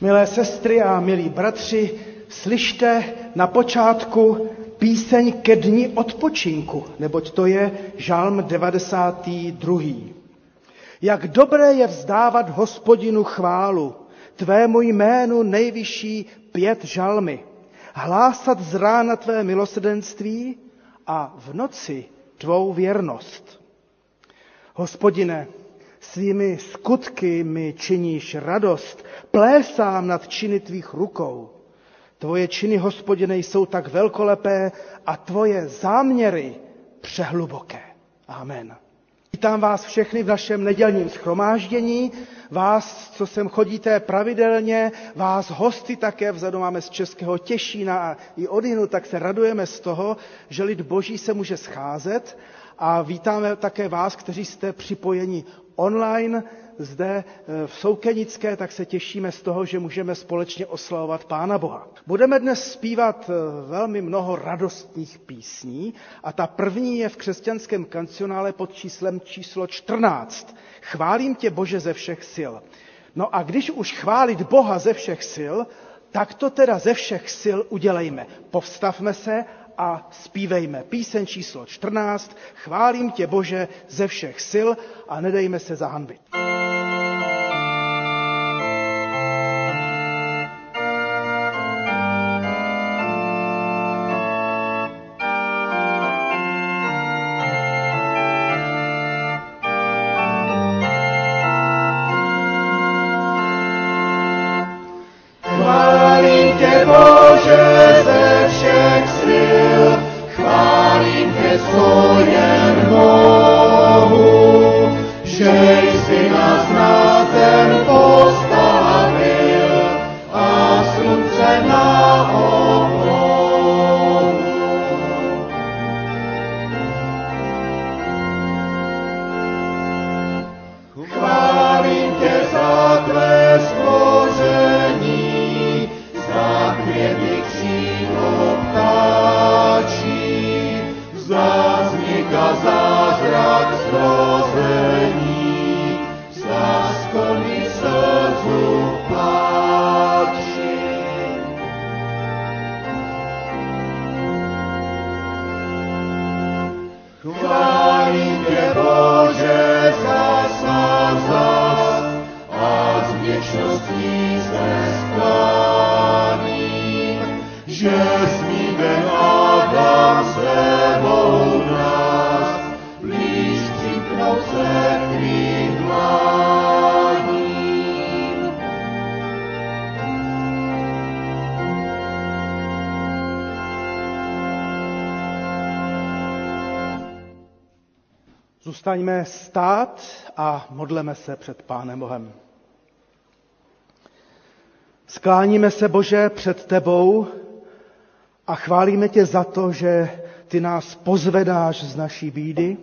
Milé sestry a milí bratři, slyšte na počátku píseň ke dni odpočinku, neboť to je žalm 92. Jak dobré je vzdávat Hospodinu chválu, tvému jménu nejvyšší 5 žalmy, hlásat z rána tvé milosrdenství a v noci tvou věrnost. Hospodine, svými skutky mi činíš radost, plésám nad činy tvých rukou. Tvoje činy, Hospodine, jsou tak velkolepé a tvoje záměry přehluboké. Amen. Vítám vás všechny v našem nedělním shromáždění, vás, co sem chodíte pravidelně, vás hosty také, vzadu máme z Českého Těšína a i odjinud, tak se radujeme z toho, že lid Boží se může scházet a vítáme také vás, kteří jste připojeni online zde v Soukenické, tak se těšíme z toho, že můžeme společně oslavovat Pána Boha. Budeme dnes zpívat velmi mnoho radostných písní a ta první je v křesťanském kancionále pod číslo 14. Chválím tě, Bože, ze všech sil. No a když už chválit Boha ze všech sil, tak to teda ze všech sil udělejme. Povstavme se a zpívejme píseň číslo 14. Chválím tě, Bože, ze všech sil a nedejme se zahanbit. Chválím tě, Bože, ze všech sil, chválím tě, co jen mohu, že jsi nás na zem postavil a slunce na oblohu. Chválím tě za tvé stvoření, za květy křídlo ptáčí, za vznik a zázrak zrození, za sklony slzu pláči. Chválím tě, Bože, zas a zas a z věčností se skláním, že smí den Adam sebou nás, blíž připnout se k tvým dlaním. Zůstaňme stát a modleme se před Pánem Bohem. Skláníme se, Bože, před tebou a chválíme tě za to, že ty nás pozvedáš z naší bídy.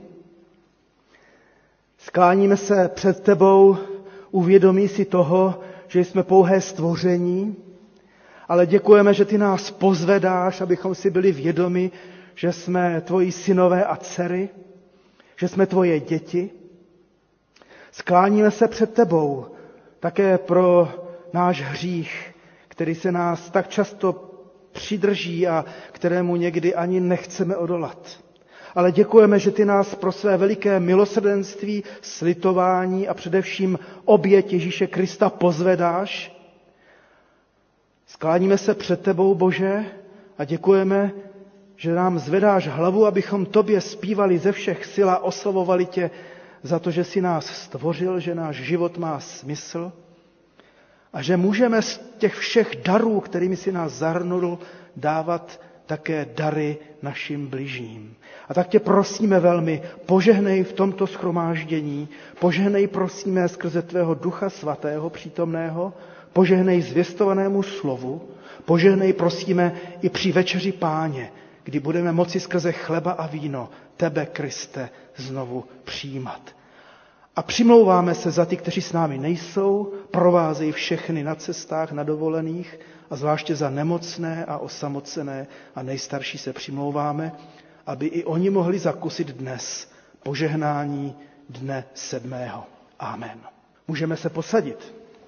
Skláníme se před tebou, uvědomí si toho, že jsme pouhé stvoření, ale děkujeme, že ty nás pozvedáš, abychom si byli vědomi, že jsme tvoji synové a dcery, že jsme tvoje děti. Skláníme se před tebou také pro náš hřích, který se nás tak často přidrží a kterému někdy ani nechceme odolat. Ale děkujeme, že ty nás pro své veliké milosrdenství, slitování a především oběť Ježíše Krista pozvedáš. Skláníme se před tebou, Bože, a děkujeme, že nám zvedáš hlavu, abychom tobě zpívali ze všech sil a oslavovali tě za to, že jsi nás stvořil, že náš život má smysl a že můžeme z těch všech darů, kterými jsi nás zahrnul, dávat také dary našim bližním. A tak tě prosíme velmi, požehnej v tomto shromáždění, požehnej prosíme skrze tvého Ducha Svatého přítomného, požehnej zvěstovanému slovu, požehnej prosíme i při večeři Páně, kdy budeme moci skrze chleba a víno tebe, Kriste, znovu přijímat. A přimlouváme se za ty, kteří s námi nejsou, provázejí všechny na cestách, na dovolených a zvláště za nemocné a osamocené a nejstarší se přimlouváme, aby i oni mohli zakusit dnes požehnání dne 7. Amen. Můžeme se posadit.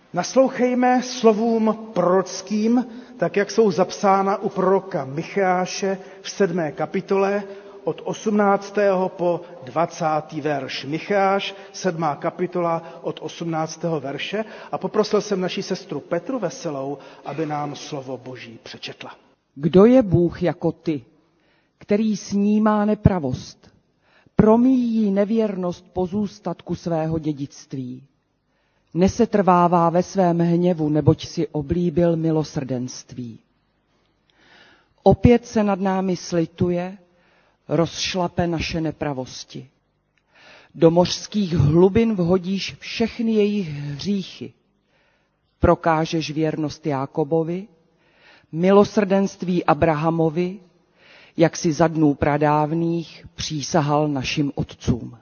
Naslouchejme slovům prorockým, tak jak jsou zapsána u proroka Micheáše v 7. kapitole od 18. po 20. verš. Micheáš, 7. kapitola od 18. verše. A poprosil jsem naši sestru Petru Veselou, aby nám slovo Boží přečetla. Kdo je Bůh jako ty, který snímá nepravost, promíjí nevěrnost pozůstatku svého dědictví, nesetrvává ve svém hněvu, neboť si oblíbil milosrdenství. Opět se nad námi slituje, rozšlape naše nepravosti. Do mořských hlubin vhodíš všechny jejich hříchy. Prokážeš věrnost Jákobovi, milosrdenství Abrahamovi, jak si za dnů pradávných přísahal našim otcům.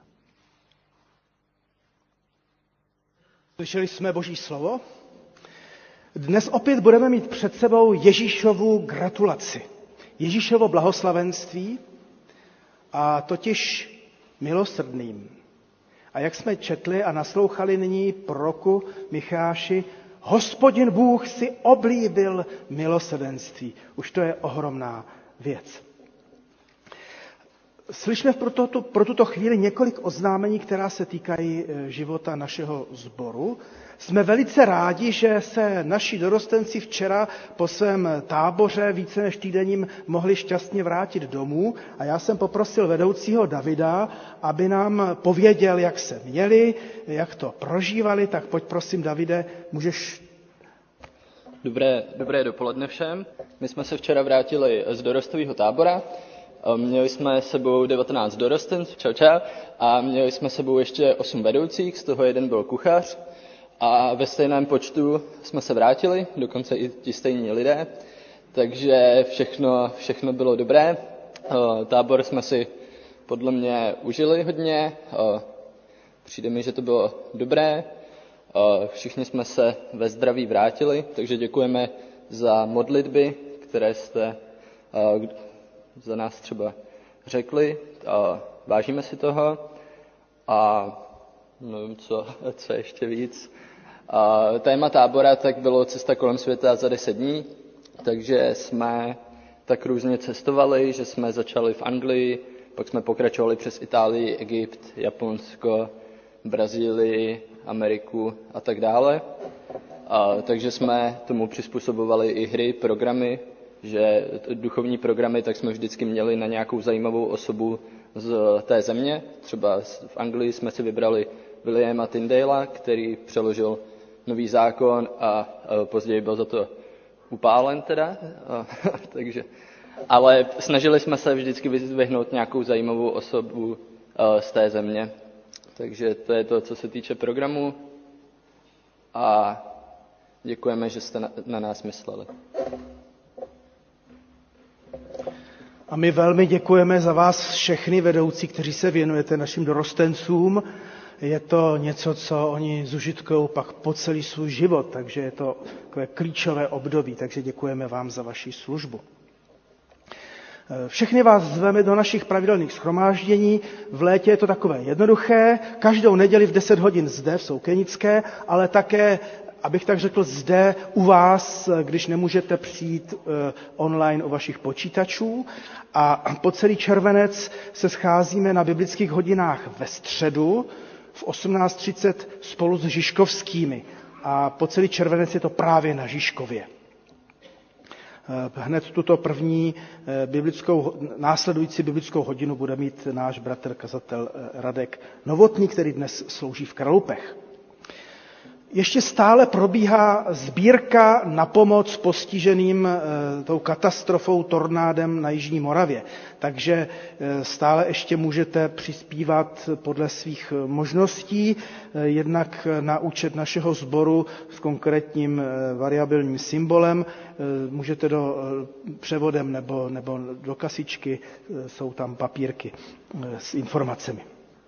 Slyšeli jsme Boží slovo. Dnes opět budeme mít před sebou Ježíšovu gratulaci, Ježíšovo blahoslavenství, a totiž milosrdným. A jak jsme četli a naslouchali nyní proroku Micheáši, Hospodin Bůh si oblíbil milosrdenství. Už to je ohromná věc. Slyšíme pro tuto chvíli několik oznámení, která se týkají života našeho sboru. Jsme velice rádi, že se naši dorostenci včera po svém táboře více než týdenním mohli šťastně vrátit domů a já jsem poprosil vedoucího Davida, aby nám pověděl, jak se měli, jak to prožívali. Tak pojď prosím, Davide, můžeš... Dobré dopoledne všem. My jsme se včera vrátili z dorostového tábora. Měli jsme sebou 19 dorostenců, čau, a měli jsme sebou ještě 8 vedoucích, z toho jeden byl kuchař. A ve stejném počtu jsme se vrátili, dokonce i ti stejní lidé, takže všechno bylo dobré. Tábor jsme si podle mě užili hodně, přijde mi, že to bylo dobré. Všichni jsme se ve zdraví vrátili, takže děkujeme za modlitby, které jste za nás třeba řekli. Vážíme si toho a nevím, co ještě víc. Téma tábora tak bylo cesta kolem světa za 10 dní, takže jsme tak různě cestovali, že jsme začali v Anglii, pak jsme pokračovali přes Itálii, Egypt, Japonsko, Brazílii, Ameriku a tak dále. Takže jsme tomu přizpůsobovali i hry, programy, že duchovní programy tak jsme vždycky měli na nějakou zajímavou osobu z té země. Třeba v Anglii jsme si vybrali Williama Tyndalea, který přeložil Nový zákon a později byl za to upálen teda. Ale snažili jsme se vždycky vyzvihnout nějakou zajímavou osobu z té země. Takže to je to, co se týče programu. A děkujeme, že jste na nás mysleli. A my velmi děkujeme za vás všechny vedoucí, kteří se věnujete našim dorostencům. Je to něco, co oni zužitkují pak po celý svůj život, takže je to takové klíčové období, takže děkujeme vám za vaši službu. Všechny vás zveme do našich pravidelných shromáždění. V létě je to takové jednoduché, každou neděli v 10 hodin zde v Soukenické, ale také, abych tak řekl, zde u vás, když nemůžete přijít online u vašich počítačů. A po celý červenec se scházíme na biblických hodinách ve středu v 18:30 spolu s Žižkovskými. A po celý červenec je to právě na Žižkově. Hned tuto první následující biblickou hodinu bude mít náš bratr kazatel Radek Novotný, který dnes slouží v Kralupech. Ještě stále probíhá sbírka na pomoc postiženým tou katastrofou tornádem na Jižní Moravě. Takže stále ještě můžete přispívat podle svých možností, jednak na účet našeho sboru s konkrétním variabilním symbolem, můžete převodem nebo do kasičky, jsou tam papírky s informacemi.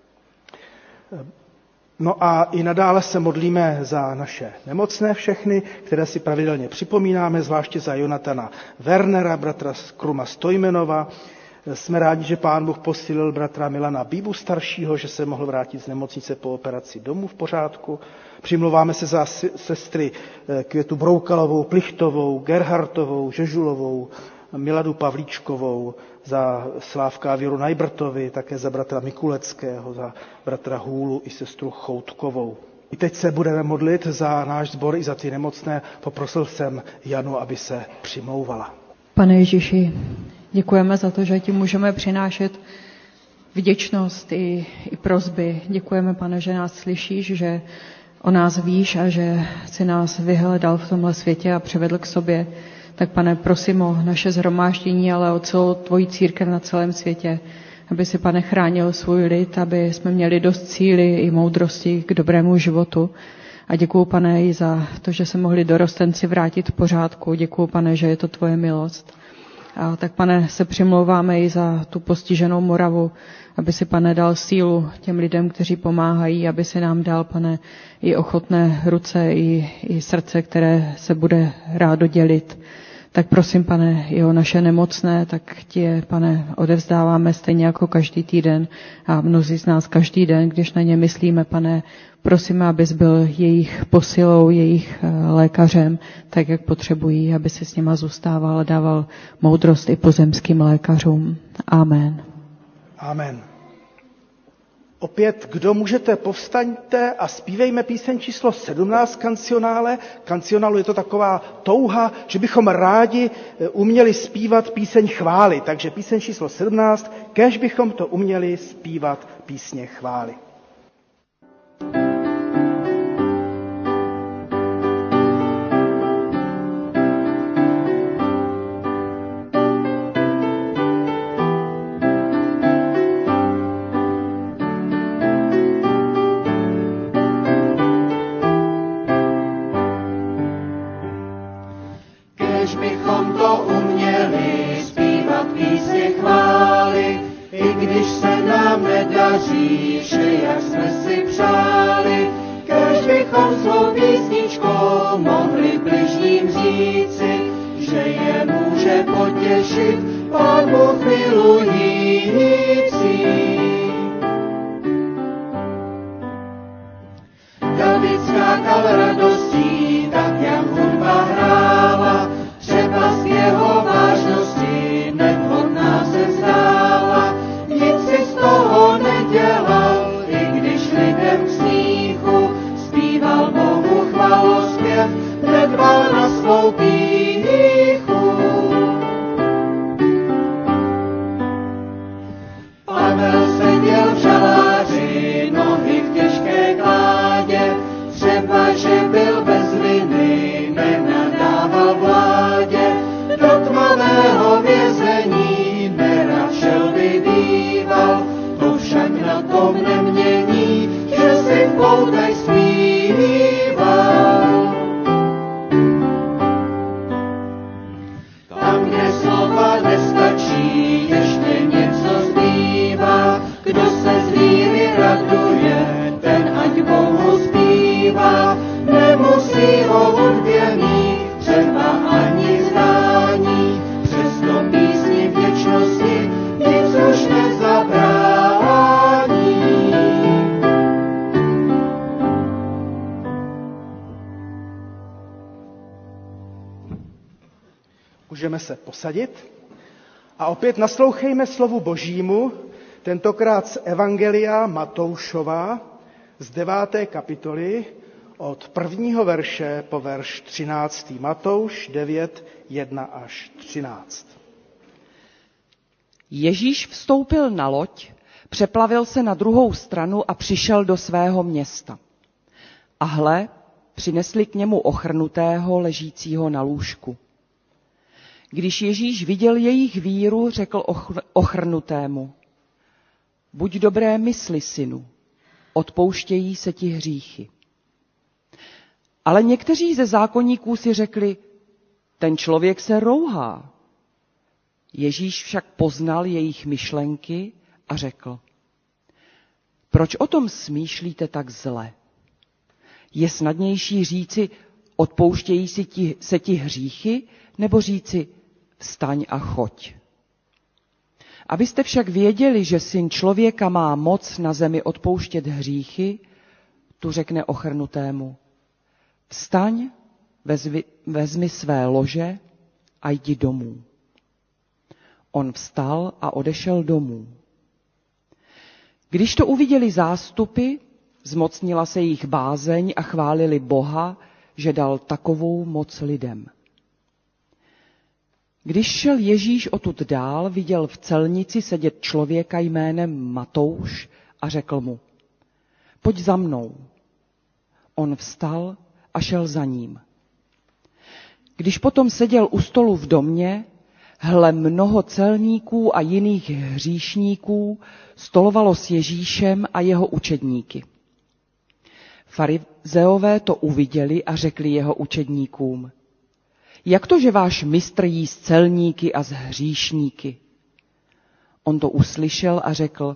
No a i nadále se modlíme za naše nemocné všechny, které si pravidelně připomínáme, zvláště za Jonatana Wernera, bratra z Kruma Stojmenova, Jsme rádi, že Pán Bůh posílil bratra Milana Bíbu staršího, že se mohl vrátit z nemocnice po operaci domů v pořádku. Přimlouváme se za sestry Květu Broukalovou, Plichtovou, Gerhartovou, Žežulovou, Miladu Pavlíčkovou, za Slávka a Věru Najbrtovi, také za bratra Mikuleckého, za bratra Hůlu i sestru Choutkovou. I teď se budeme modlit za náš sbor i za ty nemocné. Poprosil jsem Janu, aby se přimlouvala. Pane Ježíši, děkujeme za to, že ti můžeme přinášet vděčnost i prosby. Děkujeme, Pane, že nás slyšíš, že o nás víš a že jsi nás vyhledal v tomhle světě a přivedl k sobě. Tak, Pane, prosím o naše shromáždění, ale o celou tvoji církev na celém světě, aby si, Pane, chránil svůj lid, aby jsme měli dost síly i moudrosti k dobrému životu. A děkuju, Pane, i za to, že se mohli dorostenci vrátit v pořádku. Děkuju, Pane, že je to tvoje milost. A tak, Pane, se přimlouváme i za tu postiženou Moravu, aby si, Pane, dal sílu těm lidem, kteří pomáhají, aby si nám dal, Pane, i ochotné ruce, i srdce, které se bude rádo dělit. Tak prosím, Pane, i o naše nemocné, tak ti je, Pane, odevzdáváme stejně jako každý týden a mnozí z nás každý den, když na ně myslíme, Pane, prosíme, abys byl jejich posilou, jejich lékařem, tak jak potřebují, aby si s nima zůstával a dával moudrost i pozemským lékařům. Amen. Amen. Opět, kdo můžete, povstaňte a zpívejme píseň číslo 17 kancionále. Kancionálu je to taková touha, že bychom rádi uměli zpívat píseň chvály. Takže píseň číslo 17, kéž bychom to uměli zpívat písně chvály. Můžeme se posadit a opět naslouchejme slovu Božímu, tentokrát z Evangelia Matoušova z 9. kapitoly od 1. verše po verš 13. Matouš 9, 1 až 13. Ježíš vstoupil na loď, přeplavil se na druhou stranu a přišel do svého města. A hle, přinesli k němu ochrnutého ležícího na lůžku. Když Ježíš viděl jejich víru, řekl ochrnutému: Buď dobré mysli, synu, odpouštějí se ti hříchy. Ale někteří ze zákonníků si řekli: Ten člověk se rouhá. Ježíš však poznal jejich myšlenky a řekl: Proč o tom smýšlíte tak zle? Je snadnější říci: Odpouštějí se ti hříchy, nebo říci: Vstaň a choď. Abyste však věděli, že Syn člověka má moc na zemi odpouštět hříchy, tu řekne ochrnutému: Vstaň, vezmi své lože a jdi domů. On vstal a odešel domů. Když to uviděli zástupy, zmocnila se jich bázeň a chválili Boha, že dal takovou moc lidem. Když šel Ježíš odtud dál, viděl v celnici sedět člověka jménem Matouš a řekl mu: Pojď za mnou. On vstal a šel za ním. Když potom seděl u stolu v domě, hle, mnoho celníků a jiných hříšníků stolovalo s Ježíšem a jeho učedníky. Farizeové to uviděli a řekli jeho učedníkům: Jak to, že váš mistr jí s celníky a s hříšníky? On to uslyšel a řekl: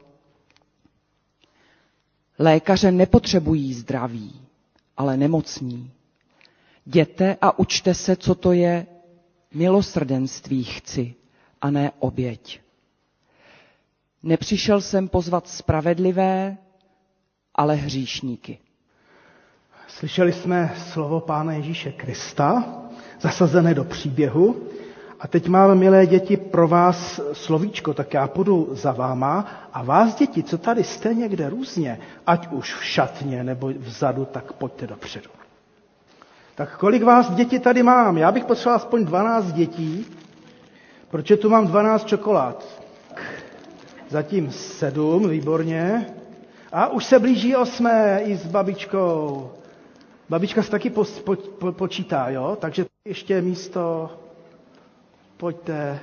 Lékaře nepotřebují zdraví, ale nemocní. Jděte a učte se, co to je milosrdenství chci, a ne oběť. Nepřišel jsem pozvat spravedlivé, ale hříšníky. Slyšeli jsme slovo Pána Ježíše Krista, zasazené do příběhu. A teď máme, milé děti, pro vás slovíčko, tak já půjdu za váma a vás, děti, co tady jste někde různě, ať už v šatně nebo vzadu, tak pojďte dopředu. Tak kolik vás, děti, tady mám? Já bych potřeboval aspoň 12 dětí, protože tu mám 12 čokolád. Zatím 7, výborně. A už se blíží 8. i s babičkou. Babička se taky počítá, jo? Takže ještě místo. Pojďte.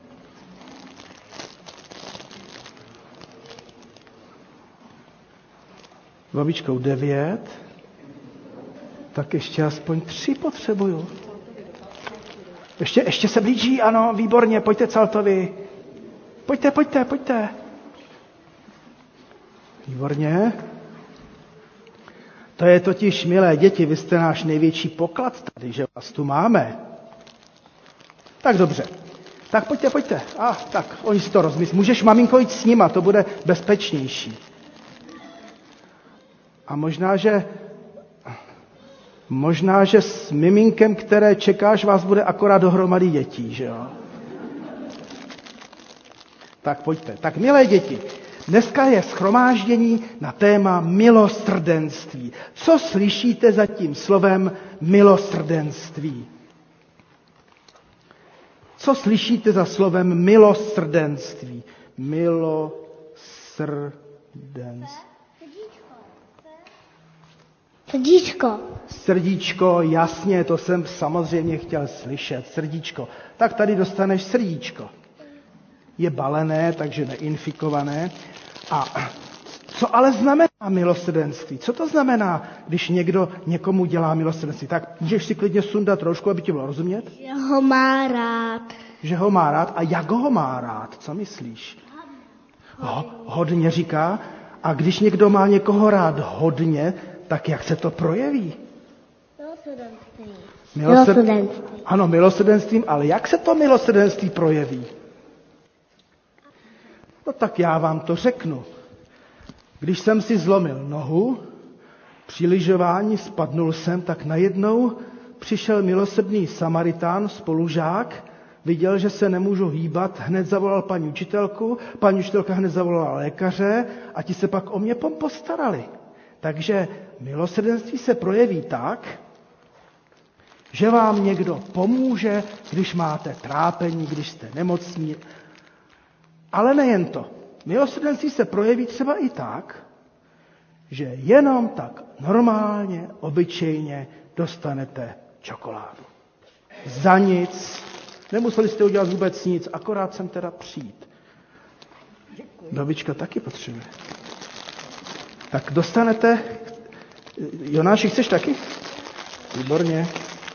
Babičkou 9. Tak ještě aspoň 3 potřebuju. Ještě se blíží, ano, výborně, pojďte Caltovi. Pojďte. Výborně. To je totiž, milé děti, vy jste náš největší poklad tady, že vás tu máme. Tak dobře. Tak pojďte. Tak, oni si to rozmyslí. Můžeš, maminko, jít s nima, to bude bezpečnější. A možná, že s miminkem, které čekáš, vás bude akorát dohromady dětí, že jo? Tak pojďte. Tak, milé děti, dneska je shromáždění na téma milosrdenství. Co slyšíte za tím slovem milosrdenství? Co slyšíte za slovem milosrdenství? Srdíčko, jasně, to jsem samozřejmě chtěl slyšet. Srdíčko. Tak tady dostaneš srdíčko. Je balené, takže neinfikované. A co ale znamená milosrdenství? Co to znamená, když někdo někomu dělá milosrdenství? Tak můžeš si klidně sundat trošku, aby ti bylo rozumět? Že ho má rád. Že ho má rád. A jak ho má rád? Co myslíš? Hodně říká. A když někdo má někoho rád hodně, tak jak se to projeví? Milosrdenství. Ano, milosrdenstvím, ale jak se to milosrdenství projeví? No tak já vám to řeknu. Když jsem si zlomil nohu, při lyžování spadnul jsem, tak najednou přišel milosrdný Samaritán, spolužák, viděl, že se nemůžu hýbat, hned zavolal paní učitelku, paní učitelka hned zavolala lékaře a ti se pak o mě postarali. Takže milosrdenství se projeví tak, že vám někdo pomůže, když máte trápení, když jste nemocní. Ale nejen to. Milosrdenství se projeví třeba i tak, že jenom tak normálně, obyčejně dostanete čokoládu. Za nic. Nemuseli jste udělat vůbec nic, akorát jsem teda přijít. Babička taky potřebuje. Tak dostanete. Jonáši, chceš taky? Výborně.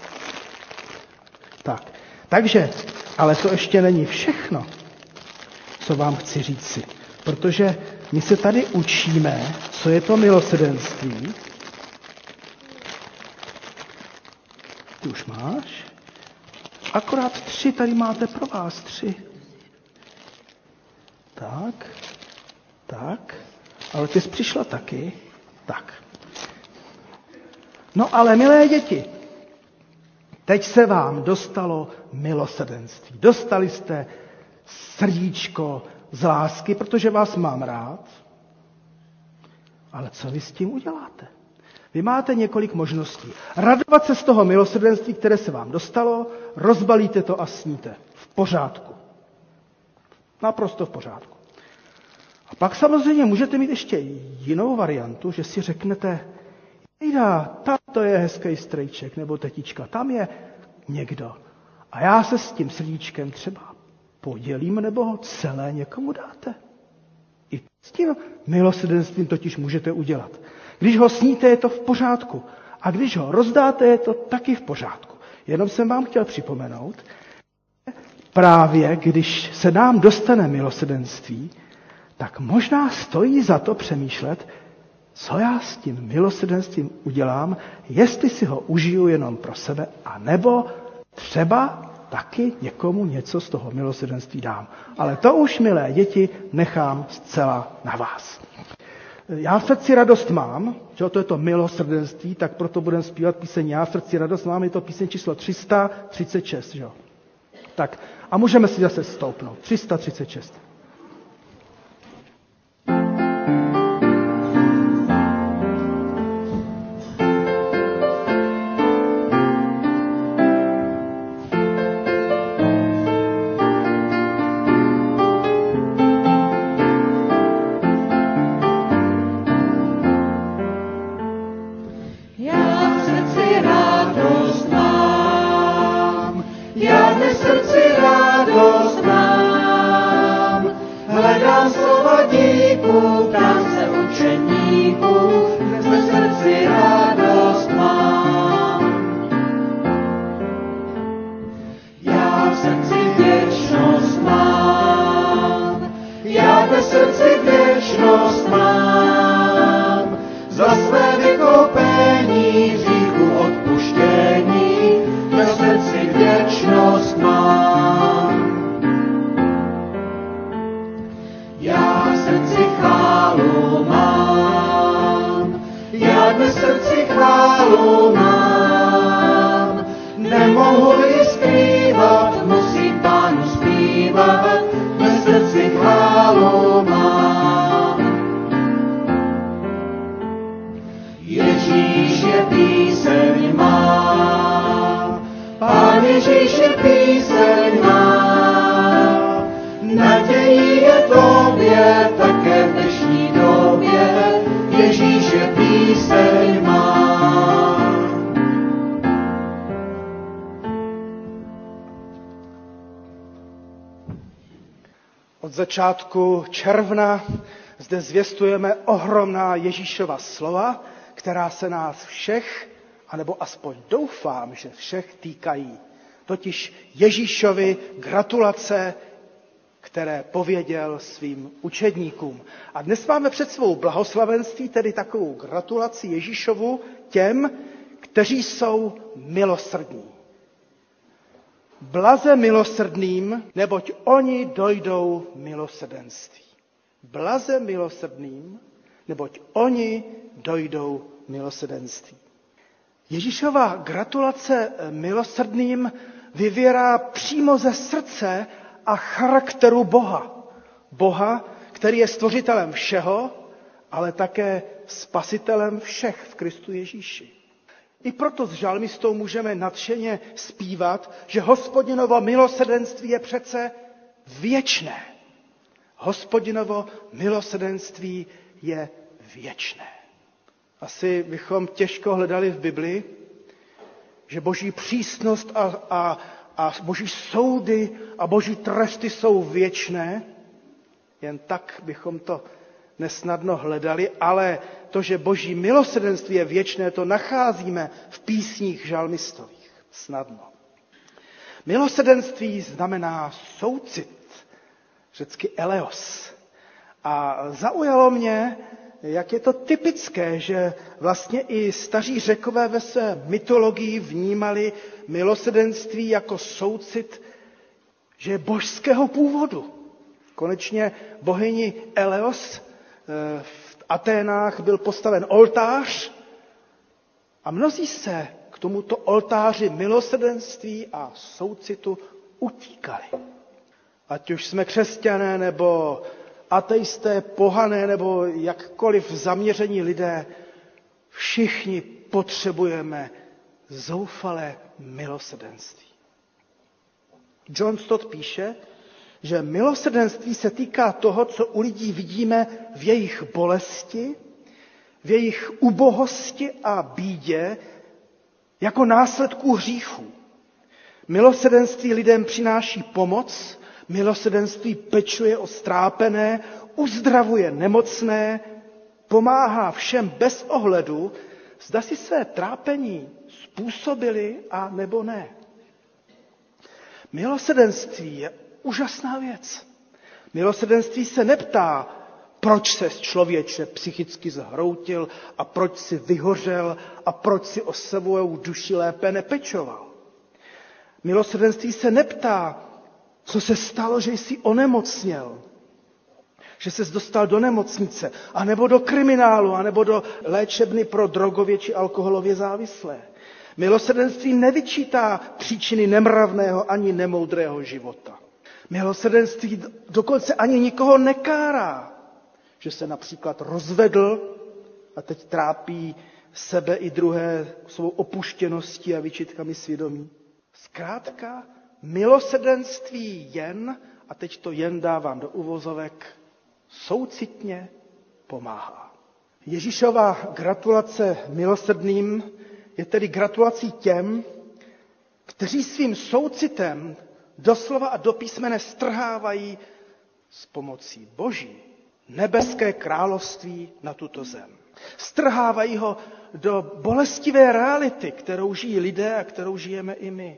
Tak. Takže, ale to ještě není všechno, co vám chci říci. Protože my se tady učíme, co je to milosrdenství. Ty už máš? Akorát 3 tady máte pro vás, 3. Tak. Ale ty jsi přišla taky. Tak. No ale milé děti, teď se vám dostalo milosrdenství. Dostali jste srdíčko z lásky, protože vás mám rád. Ale co vy s tím uděláte? Vy máte několik možností. Radovat se z toho milosrdenství, které se vám dostalo, rozbalíte to a sníte. V pořádku. Naprosto v pořádku. A pak samozřejmě můžete mít ještě jinou variantu, že si řeknete, tam to je hezký strejček nebo tetička, tam je někdo. A já se s tím srdíčkem třeba podělím, nebo ho celé někomu dáte. I s tím milosrdenstvím totiž můžete udělat. Když ho sníte, je to v pořádku. A když ho rozdáte, je to taky v pořádku. Jenom jsem vám chtěl připomenout, právě když se nám dostane milosrdenství, tak možná stojí za to přemýšlet, co já s tím milosrdenstvím udělám, jestli si ho užiju jenom pro sebe, anebo třeba taky někomu něco z toho milosrdenství dám. Ale to už, milé děti, nechám zcela na vás. Já v srdci radost mám, že to je to milosrdenství, tak proto budeme zpívat píseň Já v srdci radost mám, je to píseň číslo 336. Že? Tak a můžeme si zase stoupnout. 336. Od začátku června zde zvěstujeme ohromná Ježíšova slova, která se nás všech, anebo aspoň doufám, že všech týkají. Totiž Ježíšovi gratulace, které pověděl svým učedníkům. A dnes máme před svou blahoslavenství, tedy takovou gratulaci Ježíšovu těm, kteří jsou milosrdní. Blaze milosrdným, neboť oni dojdou milosrdenství. Blaze milosrdným, neboť oni dojdou milosrdenství. Ježíšova gratulace milosrdným vyvěrá přímo ze srdce a charakteru Boha. Boha, který je stvořitelem všeho, ale také spasitelem všech v Kristu Ježíši. I proto s žalmistou můžeme nadšeně zpívat, že Hospodinovo milosrdenství je přece věčné. Hospodinovo milosrdenství je věčné. Asi bychom těžko hledali v Bibli, že boží přísnost a boží soudy a boží tresty jsou věčné. Jen tak bychom to nesnadno hledali, ale to, že boží milosrdenství je věčné, to nacházíme v písních žalmistových. Snadno. Milosrdenství znamená soucit, řecky eleos. A zaujalo mě, jak je to typické, že vlastně i staří Řekové ve své mytologii vnímali milosrdenství jako soucit, že je božského původu. Konečně bohyni Eleos v Aténách byl postaven oltář a mnozí se k tomuto oltáři milosrdenství a soucitu utíkali. Ať už jsme křesťané, nebo ateisté, pohané, nebo jakkoliv zaměření lidé, všichni potřebujeme zoufalé milosrdenství. John Stott píše, že milosrdenství se týká toho, co u lidí vidíme v jejich bolesti, v jejich ubohosti a bídě, jako následků hříchů. Milosrdenství lidem přináší pomoc, milosrdenství pečuje o strápené, uzdravuje nemocné, pomáhá všem bez ohledu, zda si své trápení způsobili a nebo ne. Milosrdenství je úžasná věc. Milosrdenství se neptá, proč ses člověče psychicky zhroutil a proč si vyhořel a proč si o svou duši lépe nepečoval. Milosrdenství se neptá, co se stalo, že jsi onemocněl, že ses dostal do nemocnice, anebo do kriminálu, anebo do léčebny pro drogově či alkoholově závislé. Milosrdenství nevyčítá příčiny nemravného ani nemoudrého života. Milosrdenství dokonce ani nikoho nekárá, že se například rozvedl a teď trápí sebe i druhé svou opuštěností a výčitkami svědomí. Zkrátka, milosrdenství jen, a teď to jen dávám do uvozovek, soucitně pomáhá. Ježíšova gratulace milosrdným je tedy gratulací těm, kteří svým soucitem doslova a do písmene strhávají s pomocí Boží nebeské království na tuto zem. Strhávají ho do bolestivé reality, kterou žijí lidé a kterou žijeme i my.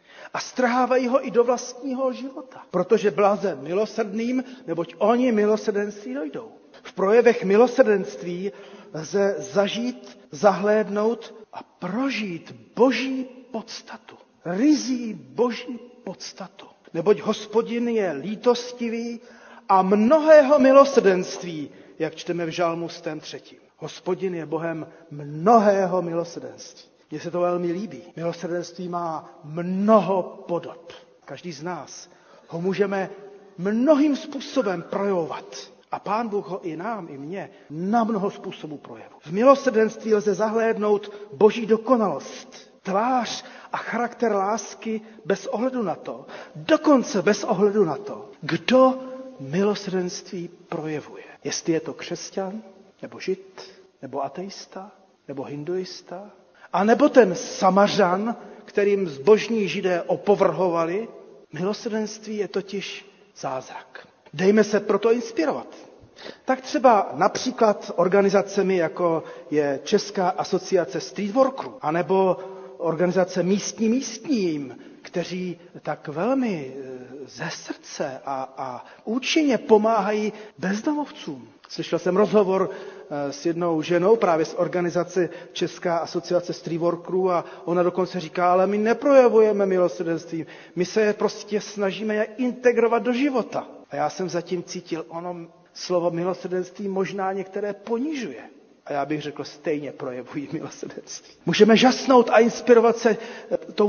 A strhávají ho i do vlastního života, protože blázen milosrdným, neboť oni milosrdenství dojdou. V projevech milosrdenství lze zažít, zahlédnout a prožít Boží podstatu. Ryzí Boží podstatu. Neboť Hospodin je lítostivý a mnohého milosrdenství, jak čteme v Žalmu 103. Hospodin je Bohem mnohého milosrdenství. Mně se to velmi líbí. Milosrdenství má mnoho podob. Každý z nás ho můžeme mnohým způsobem projevovat. A Pán Bůh ho i nám, i mně na mnoho způsobů projevuje. V milosrdenství lze zahlédnout Boží dokonalost, tvář a charakter lásky bez ohledu na to, dokonce bez ohledu na to, kdo milosrdenství projevuje. Jestli je to křesťan, nebo žid, nebo ateista, nebo hinduista, a nebo ten Samařan, kterým zbožní Židé opovrhovali. Milosrdenství je totiž zázrak. Dejme se proto inspirovat. Tak třeba například organizacemi, jako je Česká asociace streetworkerů, anebo organizace místním, kteří tak velmi ze srdce a účinně pomáhají bezdomovcům. Slyšel jsem rozhovor s jednou ženou právě z organizace Česká asociace streetworkerů a ona dokonce říká, ale my neprojevujeme milosrdenství, my se je prostě snažíme je integrovat do života. A já jsem zatím cítil, ono slovo milosrdenství možná některé ponižuje. A já bych řekl, stejně projevují milosrdenství. Můžeme žasnout a inspirovat se tou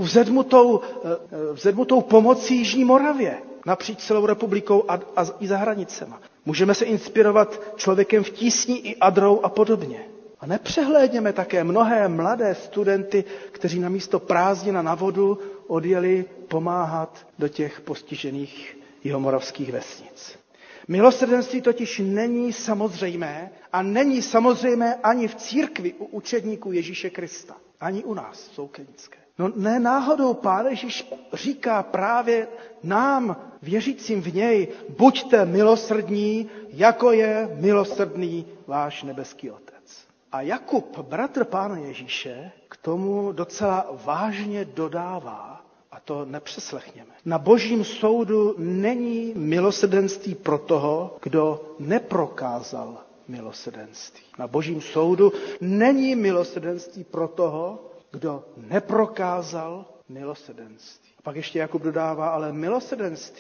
vzedmutou pomocí Jižní Moravě, napříč celou republikou a i za hranicema. Můžeme se inspirovat člověkem v Tísni i Adrou a podobně. A nepřehlédněme také mnohé mladé studenty, kteří namísto prázdnina na vodu odjeli pomáhat do těch postižených jihomoravských vesnic. Milosrdenství totiž není samozřejmé a není samozřejmé ani v církvi u učedníků Ježíše Krista. Ani u nás v Soukenické. No ne náhodou Pán Ježíš říká právě nám, věřícím v něj, buďte milosrdní, jako je milosrdný váš nebeský Otec. A Jakub, bratr Pána Ježíše, k tomu docela vážně dodává, a to nepřeslechněme. Na Božím soudu není milosrdenství pro toho, kdo neprokázal milosrdenství. Na Božím soudu není milosrdenství pro toho, kdo neprokázal milosrdenství. A pak ještě Jakub dodává, ale milosrdenství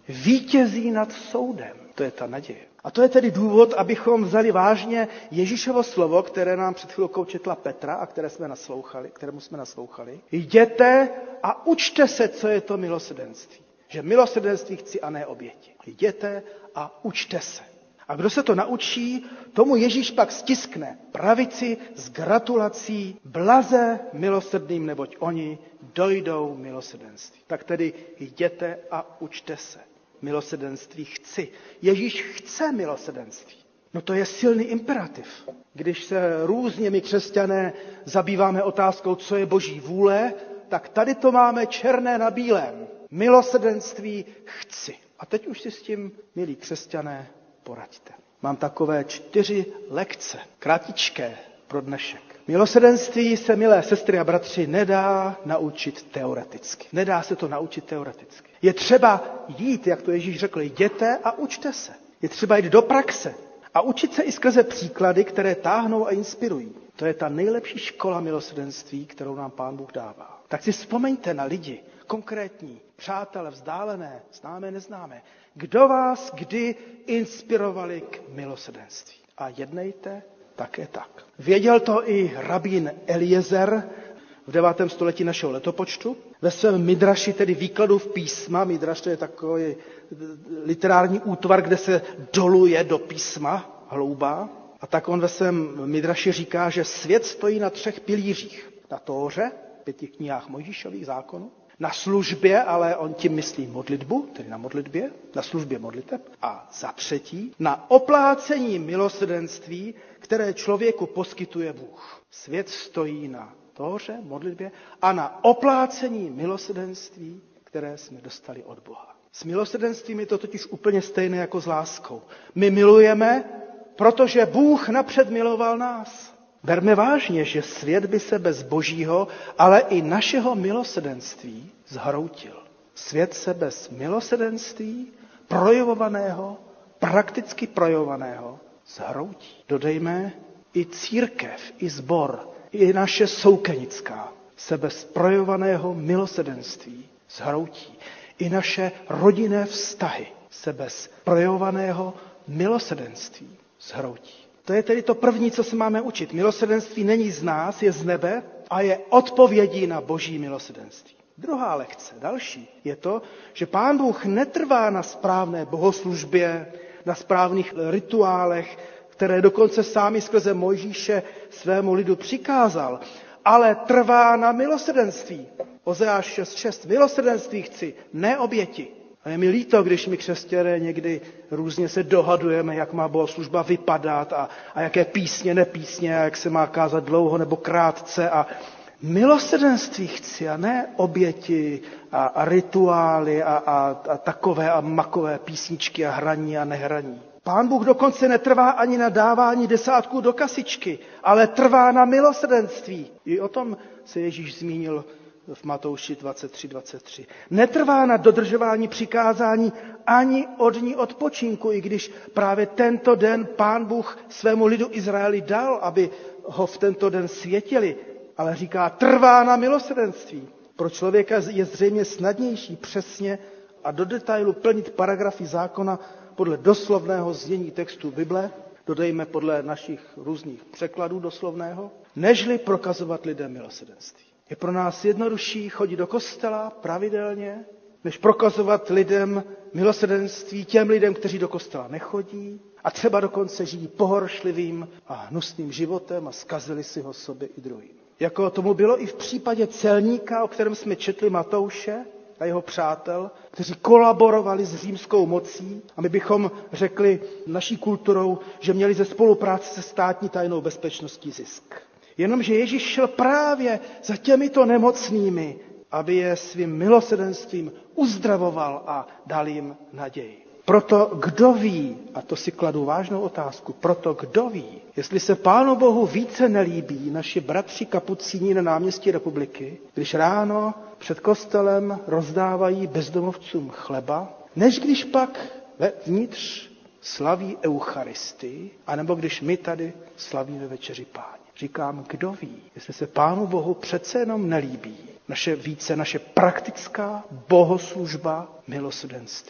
vítězí nad soudem. To je ta naděje. A to je tedy důvod, abychom vzali vážně Ježíšovo slovo, které nám před chvilkou četla Petra a kterému jsme naslouchali. Jděte a učte se, co je to milosrdenství. Že milosrdenství chci a ne oběti. Jděte a učte se. A kdo se to naučí, tomu Ježíš pak stiskne pravici s gratulací: blaze milosrdným, neboť oni dojdou milosrdenství. Tak tedy jděte a učte se. Milosrdenství chci. Ježíš chce milosrdenství. No to je silný imperativ. Když se různě my křesťané zabýváme otázkou, co je Boží vůle, tak tady to máme černé na bílém. Milosrdenství chci. A teď už si s tím, milí křesťané, poraďte. Mám takové 4 lekce, kratičké pro dnešek. Milosrdenství se, milé sestry a bratři, nedá naučit teoreticky. Nedá se to naučit teoreticky. Je třeba jít, jak to Ježíš řekl, jděte a učte se. Je třeba jít do praxe a učit se i skrze příklady, které táhnou a inspirují. To je ta nejlepší škola milosrdenství, kterou nám Pán Bůh dává. Tak si vzpomeňte na lidi, konkrétní, přátelé, vzdálené, známé, neznámé. Kdo vás kdy inspirovali k milosrdenství? A jednejte také tak. Věděl to i rabín Eliezer v 9. století našeho letopočtu. Ve svém midraši, tedy výkladu v písma, midraš to je takový literární útvar, kde se doluje do písma, hloubá. A tak on ve svém midraši říká, že svět stojí na 3 pilířích. Na Tóře, 5 knihách Mojžíšových zákonů, na službě, ale on tím myslí modlitbu, tedy na modlitbě, na službě modliteb. A za 3, na oplácení milosrdenství, které člověku poskytuje Bůh. Svět stojí na Tóře, modlitbě a na oplácení milosrdenství, které jsme dostali od Boha. S milosrdenstvím je to totiž úplně stejné jako s láskou. My milujeme, protože Bůh napřed miloval nás. Berme vážně, že svět by se bez Božího, ale i našeho milosrdenství zhroutil. Svět se bez milosrdenství, projevovaného, prakticky projevovaného, zhroutí. Dodejme, i církev, i sbor, i naše soukenická se bez projevovaného milosrdenství zhroutí. I naše rodinné vztahy se bez projevovaného milosrdenství zhroutí. To je tedy to první, co se máme učit. Milosrdenství není z nás, je z nebe a je odpovědí na Boží milosrdenství. Druhá lekce, další, je to, že Pán Bůh netrvá na správné bohoslužbě, na správných rituálech, které dokonce sám skrze Mojžíše svému lidu přikázal, ale trvá na milosrdenství. Ozeáš 6.6. Milosrdenství chci, ne oběti. A je mi líto, když my křesťané někdy různě se dohadujeme, jak má bohoslužba vypadat a jaké písně, nepísně, a jak se má kázat dlouho nebo krátce. A milosrdenství chci a ne oběti a rituály a takové a makové písničky a hraní a nehraní. Pán Bůh dokonce netrvá ani na dávání 10 do kasičky, ale trvá na milosrdenství. I o tom se Ježíš zmínil v Matouši 23:23. Netrvá na dodržování přikázání ani od dní odpočinku, i když právě tento den Pán Bůh svému lidu Izraeli dal, aby ho v tento den světili, ale říká, trvá na milosrdenství. Pro člověka je zřejmě snadnější přesně a do detailu plnit paragrafy zákona podle doslovného znění textu Bible, dodejme podle našich různých překladů doslovného, nežli prokazovat lidem milosrdenství. Je pro nás jednodušší chodit do kostela pravidelně, než prokazovat lidem milosrdenství těm lidem, kteří do kostela nechodí a třeba dokonce žijí pohoršlivým a hnusným životem a zkazili si ho sobě i druhým. Jako tomu bylo i v případě celníka, o kterém jsme četli Matouše a jeho přátel, kteří kolaborovali s římskou mocí a my bychom řekli naší kulturou, že měli ze spolupráce se státní tajnou bezpečností zisk. Jenomže Ježíš šel právě za těmito nemocnými, aby je svým milosrdenstvím uzdravoval a dal jim naději. Proto kdo ví, a to si kladu vážnou otázku, proto kdo ví, jestli se Pánu Bohu více nelíbí naši bratři kapucíni na náměstí Republiky, když ráno před kostelem rozdávají bezdomovcům chleba, než když pak vevnitř slaví Eucharistii, anebo když my tady slavíme Večeři Páně. Říkám, kdo ví, jestli se Pánu Bohu přece jenom nelíbí naše praktická bohoslužba milosrdenství.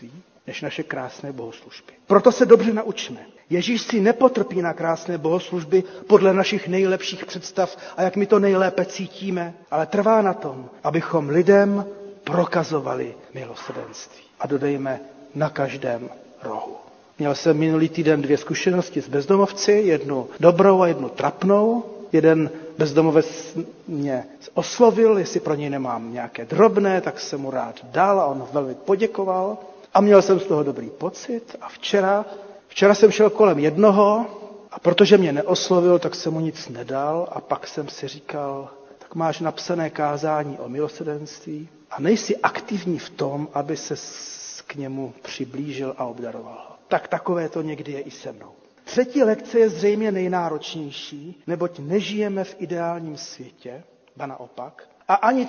než naše krásné bohoslužby. Proto se dobře naučme. Ježíš si nepotrpí na krásné bohoslužby podle našich nejlepších představ a jak my to nejlépe cítíme, ale trvá na tom, abychom lidem prokazovali milosrdenství. A dodejme na každém rohu. Měl jsem minulý týden 2 zkušenosti s bezdomovci, jednu dobrou a jednu trapnou. Jeden bezdomovec mě oslovil, jestli pro něj nemám nějaké drobné, tak jsem mu rád dal a on velmi poděkoval. A měl jsem z toho dobrý pocit. A včera jsem šel kolem jednoho a protože mě neoslovil, tak jsem mu nic nedal. A pak jsem si říkal, tak máš napsané kázání o milosrdenství a nejsi aktivní v tom, aby se k němu přiblížil a obdaroval ho. Tak takové to někdy je i se mnou. 3. lekce je zřejmě nejnáročnější, neboť nežijeme v ideálním světě, ba naopak. A ani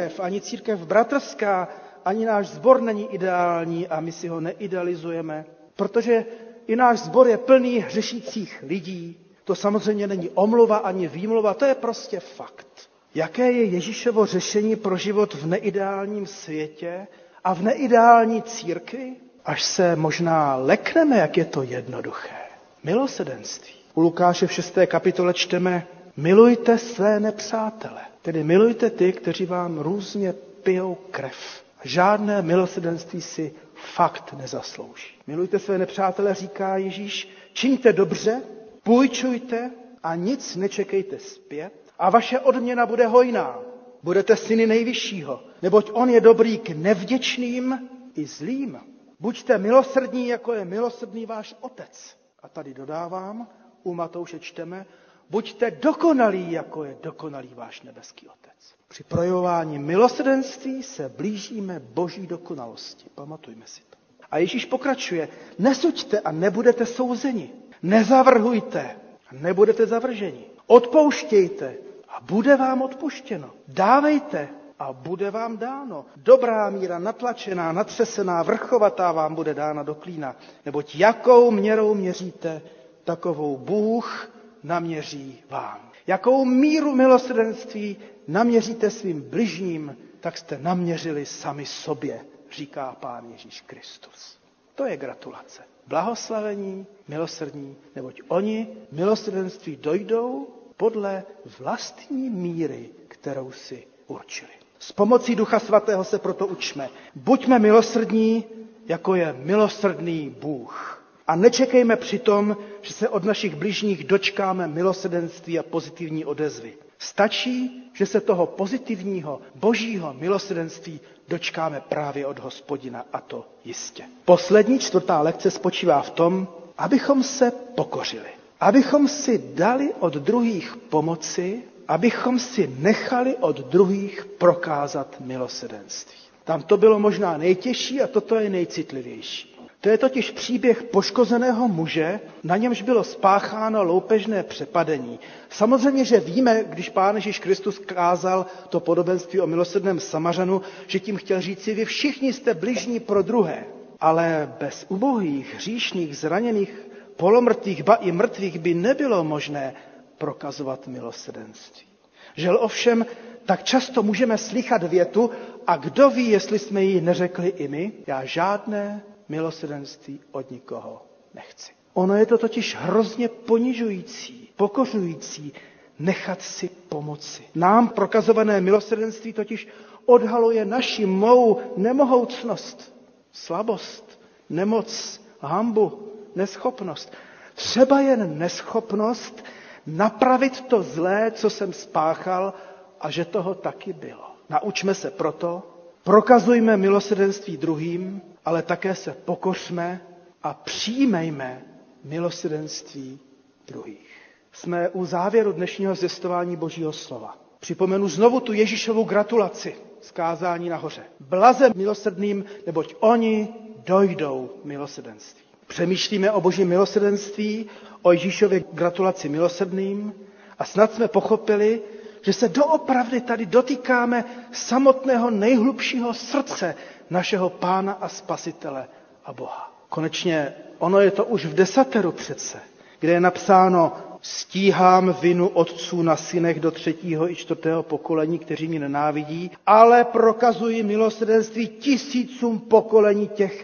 církev bratrská, ani náš sbor není ideální a my si ho neidealizujeme, protože i náš sbor je plný hřešících lidí. To samozřejmě není omluva ani výmluva, to je prostě fakt. Jaké je Ježíšovo řešení pro život v neideálním světě a v neideální církvi? Až se možná lekneme, jak je to jednoduché. Milosrdenství. U Lukáše v 6. kapitole čteme: milujte své nepřátele. Tedy milujte ty, kteří vám různě pijou krev. Žádné milosrdenství si fakt nezaslouží. Milujte své nepřátele, říká Ježíš, čiňte dobře, půjčujte a nic nečekejte zpět a vaše odměna bude hojná. Budete syny nejvyššího, neboť on je dobrý k nevděčným i zlým. Buďte milosrdní, jako je milosrdný váš otec. A tady dodávám, u Matouše čteme, buďte dokonalí, jako je dokonalý váš nebeský otec. Při projevování milosrdenství se blížíme boží dokonalosti. Pamatujme si to. A Ježíš pokračuje, nesuďte a nebudete souzeni. Nezavrhujte a nebudete zavrženi. Odpouštějte a bude vám odpuštěno. Dávejte a bude vám dáno. Dobrá míra, natlačená, natřesená, vrchovatá vám bude dána do klína. Neboť jakou měrou měříte, takovou Bůh naměří vám. Jakou míru milosrdenství naměříte svým bližním, tak jste naměřili sami sobě, říká Pán Ježíš Kristus. To je gratulace. Blahoslavení, milosrdní, neboť oni milosrdenství dojdou podle vlastní míry, kterou si určili. S pomocí Ducha Svatého se proto učme. Buďme milosrdní, jako je milosrdný Bůh. A nečekejme přitom, že se od našich bližních dočkáme milosrdenství a pozitivní odezvy. Stačí, že se toho pozitivního božího milosrdenství dočkáme právě od Hospodina, a to jistě. Poslední 4. lekce spočívá v tom, abychom se pokořili. Abychom si dali od druhých pomoci, abychom si nechali od druhých prokázat milosrdenství. Tam to bylo možná nejtěžší a toto je nejcitlivější. To je totiž příběh poškozeného muže, na němž bylo spácháno loupežné přepadení. Samozřejmě, že víme, když Pán Ježíš Kristus kázal to podobenství o milosrdném Samařanu, že tím chtěl říci, vy všichni jste bližní pro druhé. Ale bez ubohých, hříšných, zraněných, polomrtvých, ba i mrtvých by nebylo možné prokazovat milosrdenství. Žel ovšem, tak často můžeme slychat větu, a kdo ví, jestli jsme ji neřekli i my, já žádné milosrdenství od nikoho nechci. Ono je to totiž hrozně ponižující, pokořující nechat si pomoci. Nám prokazované milosrdenství totiž odhaluje mou nemohoucnost, slabost, nemoc, hanbu, neschopnost. Třeba jen neschopnost napravit to zlé, co jsem spáchal a že toho taky bylo. Naučme se proto, prokazujme milosrdenství druhým, ale také se pokořme a přijmejme milosrdenství druhých. Jsme u závěru dnešního zvěstování Božího slova. Připomenu znovu tu Ježíšovu gratulaci z kázání nahoře. Blaze milosrdným, neboť oni dojdou milosrdenství. Přemýšlíme o Božím milosrdenství, o Ježíšově gratulaci milosrdným a snad jsme pochopili, že se doopravdy tady dotýkáme samotného nejhlubšího srdce našeho Pána a Spasitele a Boha. Konečně ono je to už v desateru přece, kde je napsáno, stíhám vinu otců na synech do 3. i 4. pokolení, kteří mě nenávidí, ale prokazuji milosrdenství tisícům pokolení těch,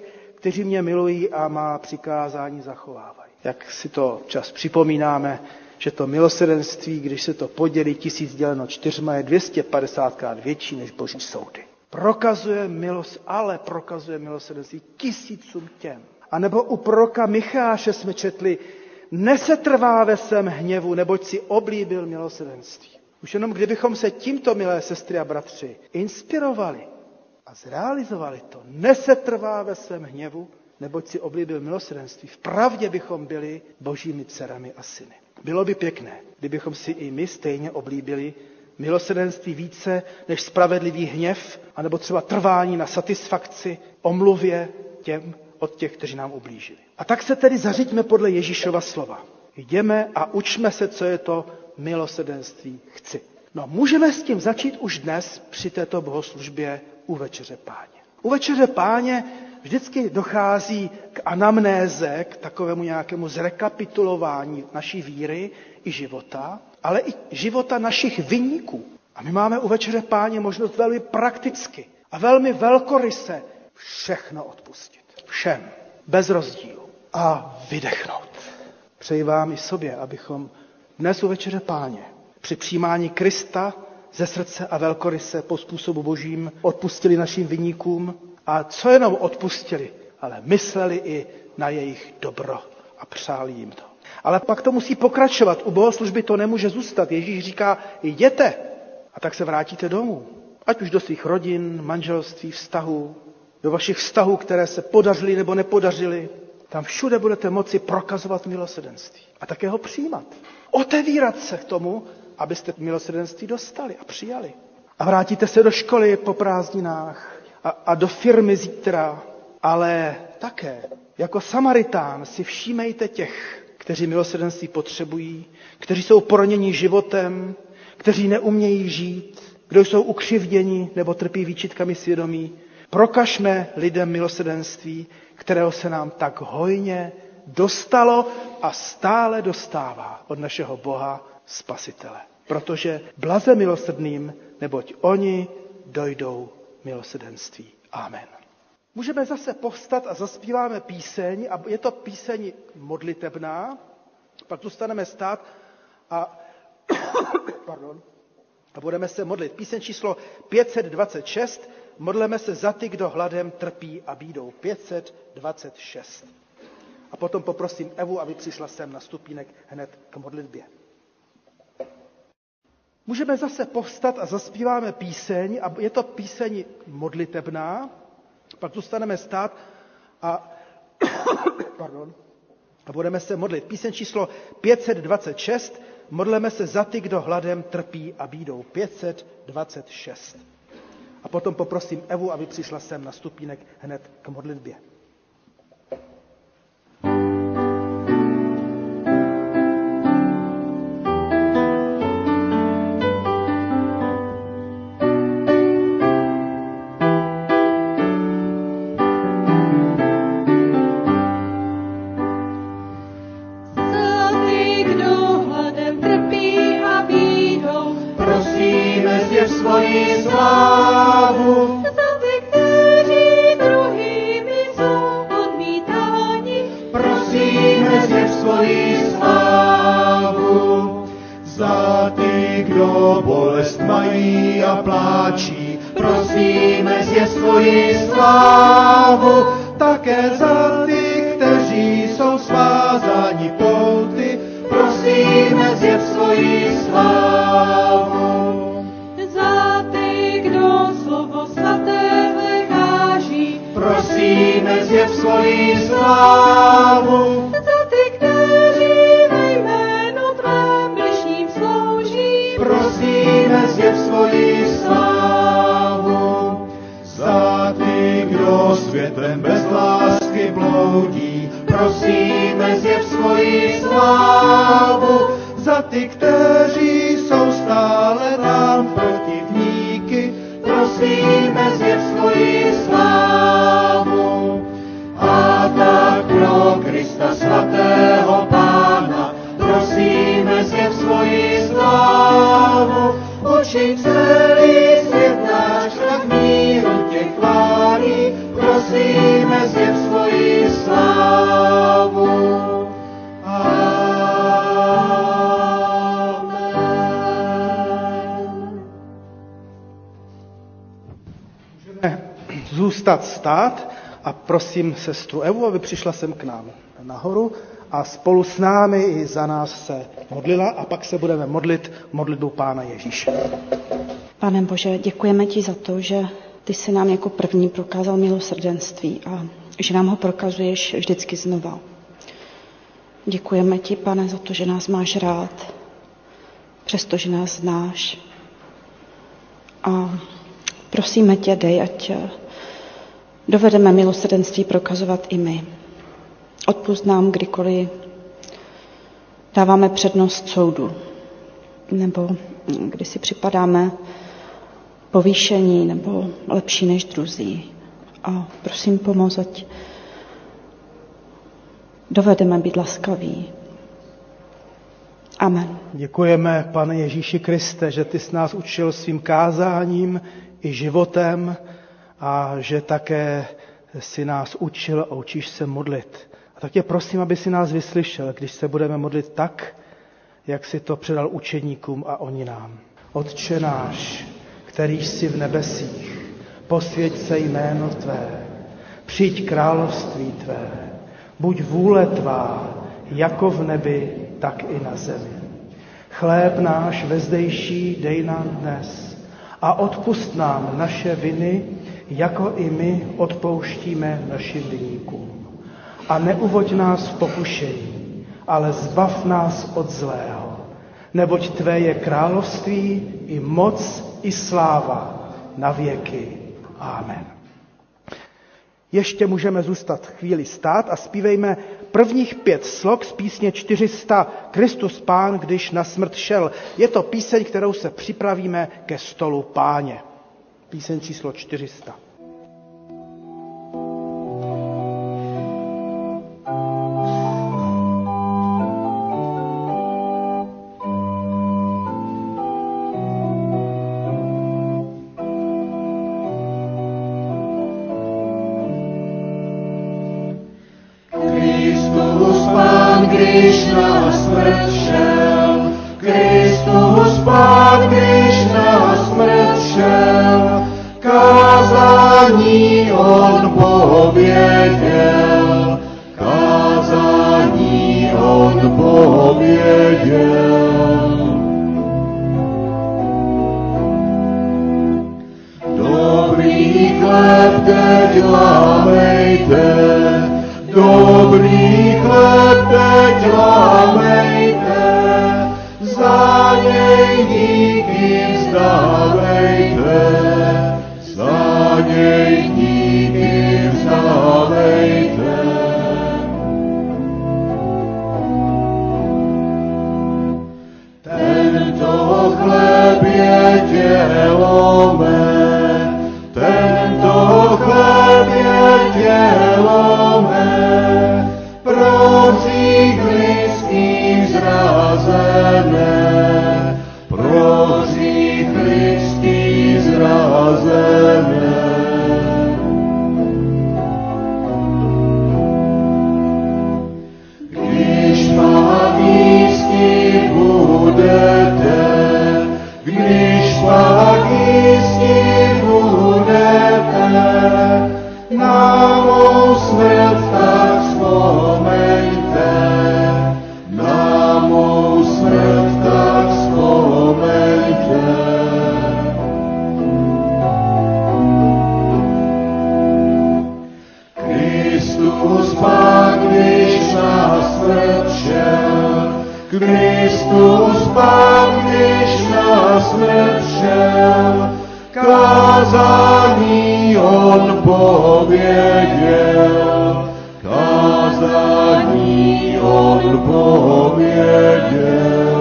kteří mě milují a má přikázání zachovávají. Jak si to čas připomínáme, že to milosrdenství, když se to podělí 1000 děleno 4, je 250krát větší než boží soudy. Prokazuje milosrdenství tisícům těm. A nebo u proroka Micháše jsme četli, nesetrvá ve svém hněvu, neboť si oblíbil milosrdenství. Už jenom kdybychom se tímto, milé sestry a bratři, inspirovali a zrealizovali to, nesetrvá ve svém hněvu, neboť si oblíbil milosrdenství, vpravdě bychom byli božími dcerami a syny. Bylo by pěkné, kdybychom si i my stejně oblíbili milosrdenství více než spravedlivý hněv, anebo třeba trvání na satisfakci, omluvě od těch, kteří nám ublížili. A tak se tedy zařiďme podle Ježíšova slova. Jdeme a učme se, co je to milosrdenství chci. No, můžeme s tím začít už dnes při této bohoslužbě u Večeře Páně. U Večeře Páně vždycky dochází k anamnéze, k takovému nějakému zrekapitulování naší víry i života, ale i života našich viníků. A my máme u Večeře Páně možnost velmi prakticky a velmi velkoryse všechno odpustit. Všem, bez rozdílu. A vydechnout. Přeji vám i sobě, abychom dnes u Večeře Páně při přijímání Krista ze srdce a velkoryse po způsobu božím odpustili našim viníkům a co jenom odpustili, ale mysleli i na jejich dobro a přáli jim to. Ale pak to musí pokračovat. U bohoslužby to nemůže zůstat. Ježíš říká, jděte a tak se vrátíte domů. Ať už do svých rodin, manželství, vztahů, do vašich vztahů, které se podařily nebo nepodařily. Tam všude budete moci prokazovat milosrdenství a také ho přijímat. Otevírat se k tomu, abyste milosrdenství dostali a přijali. A vrátíte se do školy po prázdninách a do firmy zítra, ale také jako Samaritán si všímejte těch, kteří milosrdenství potřebují, kteří jsou poraněni životem, kteří neumějí žít, kdo jsou ukřivděni nebo trpí výčitkami svědomí. Prokažme lidem milosrdenství, kterého se nám tak hojně dostalo a stále dostává od našeho Boha Spasitele. Protože blaze milosrdným, neboť oni dojdou milosrdenství. Amen. Můžeme zase povstat a zaspíváme píseň, a je to píseň modlitebná, pak zůstaneme stát a budeme se modlit. Píseň číslo 526, modleme se za ty, kdo hladem trpí a bídou. 526. A potom poprosím Evu, aby přišla sem na stupínek hned k modlitbě. Můžeme zase povstat a zaspíváme píseň, a je to píseň modlitebná, pak zůstaneme stát a budeme se modlit. Píseň číslo 526, modleme se za ty, kdo hladem trpí a bídou. 526. A potom poprosím Evu, aby přišla sem na stupínek hned k modlitbě. Svoji slávu. Za ty, kteří druhými jsou odmítáni, prosíme zjev svoji slávu. Za ty, kdo bolest mají a pláčí, prosíme zjev svoji slávu. Také za ty, kteří jsou svázáni pouty, prosíme zjev svoji slávu. Prosíme zjev svoji slávu. Za ty, kteří ve jménu tvém bližním slouží, prosíme zjev svoji slávu. Za ty, kdo světem bez lásky bloudí, prosíme zjev svoji slávu. Za ty, kteří jsou stále nám protivníky, prosíme zjev svoji slávu. A tak pro Krista svatého Pána prosíme zjev svoji slávu. Učiň celý svět náš, tak míru tě chválí, prosíme zjev svoji zůstat stát a prosím sestru Evu, aby přišla sem k nám nahoru a spolu s námi i za nás se modlila a pak se budeme modlit modlitbou Pána Ježíše. Pane Bože, děkujeme ti za to, že ty jsi nám jako první prokázal milosrdenství a že nám ho prokazuješ vždycky znova. Děkujeme ti, Pane, za to, že nás máš rád, přestože nás znáš. A prosíme tě, dej, ať dovedeme milosrdenství prokazovat i my. Odpusť nám, kdykoliv dáváme přednost soudu, nebo když si připadáme povýšení nebo lepší než druzí. A prosím, pomoz, ať dovedeme být laskaví. Amen. Děkujeme, Pane Ježíši Kriste, že ty jsi nás učil svým kázáním i životem a že také si nás učil a učíš se modlit. A tak tě prosím, aby si nás vyslyšel, když se budeme modlit tak, jak si to předal učedníkům a oni nám. Otče náš, který jsi v nebesích, posvěť se jméno tvé, přijď království tvé, buď vůle tvá, jako v nebi, tak i na zemi. Chléb náš vezdejší dej nám dnes a odpusť nám naše viny, jako i my odpouštíme našim viníkům. A neuvoď nás v pokušení, ale zbav nás od zlého. Neboť tvé je království i moc i sláva na věky. Amen. Ještě můžeme zůstat chvíli stát a zpívejme prvních 5 slov z písně 400 Kristus Pán, když na smrt šel. Je to píseň, kterou se připravíme ke stolu Páně. Píseň číslo 400. Když na smrt šel, Kristus Pán, když na smrt šel, kázání on pověděl, kázání on pověděl. Dobrý chléb teď lámejte, dobrý chléb teď lámejte, za něj díky vzdávejte, za něj díky vzdávejte. Tento chléb je tělo mé, tento chléb je tělo mé, pro hřích lidský zrazené, pro hřích lidský zrazené. Když pak jistí budete, když pak jistí budete, na mou smrt tak vzpomeňte, na mou smrt tak vzpomeňte. Kristus Pán, když na smrt šel, Kristus Pán, když na smrt šel, kázání on pověděl, kázání on pověděl.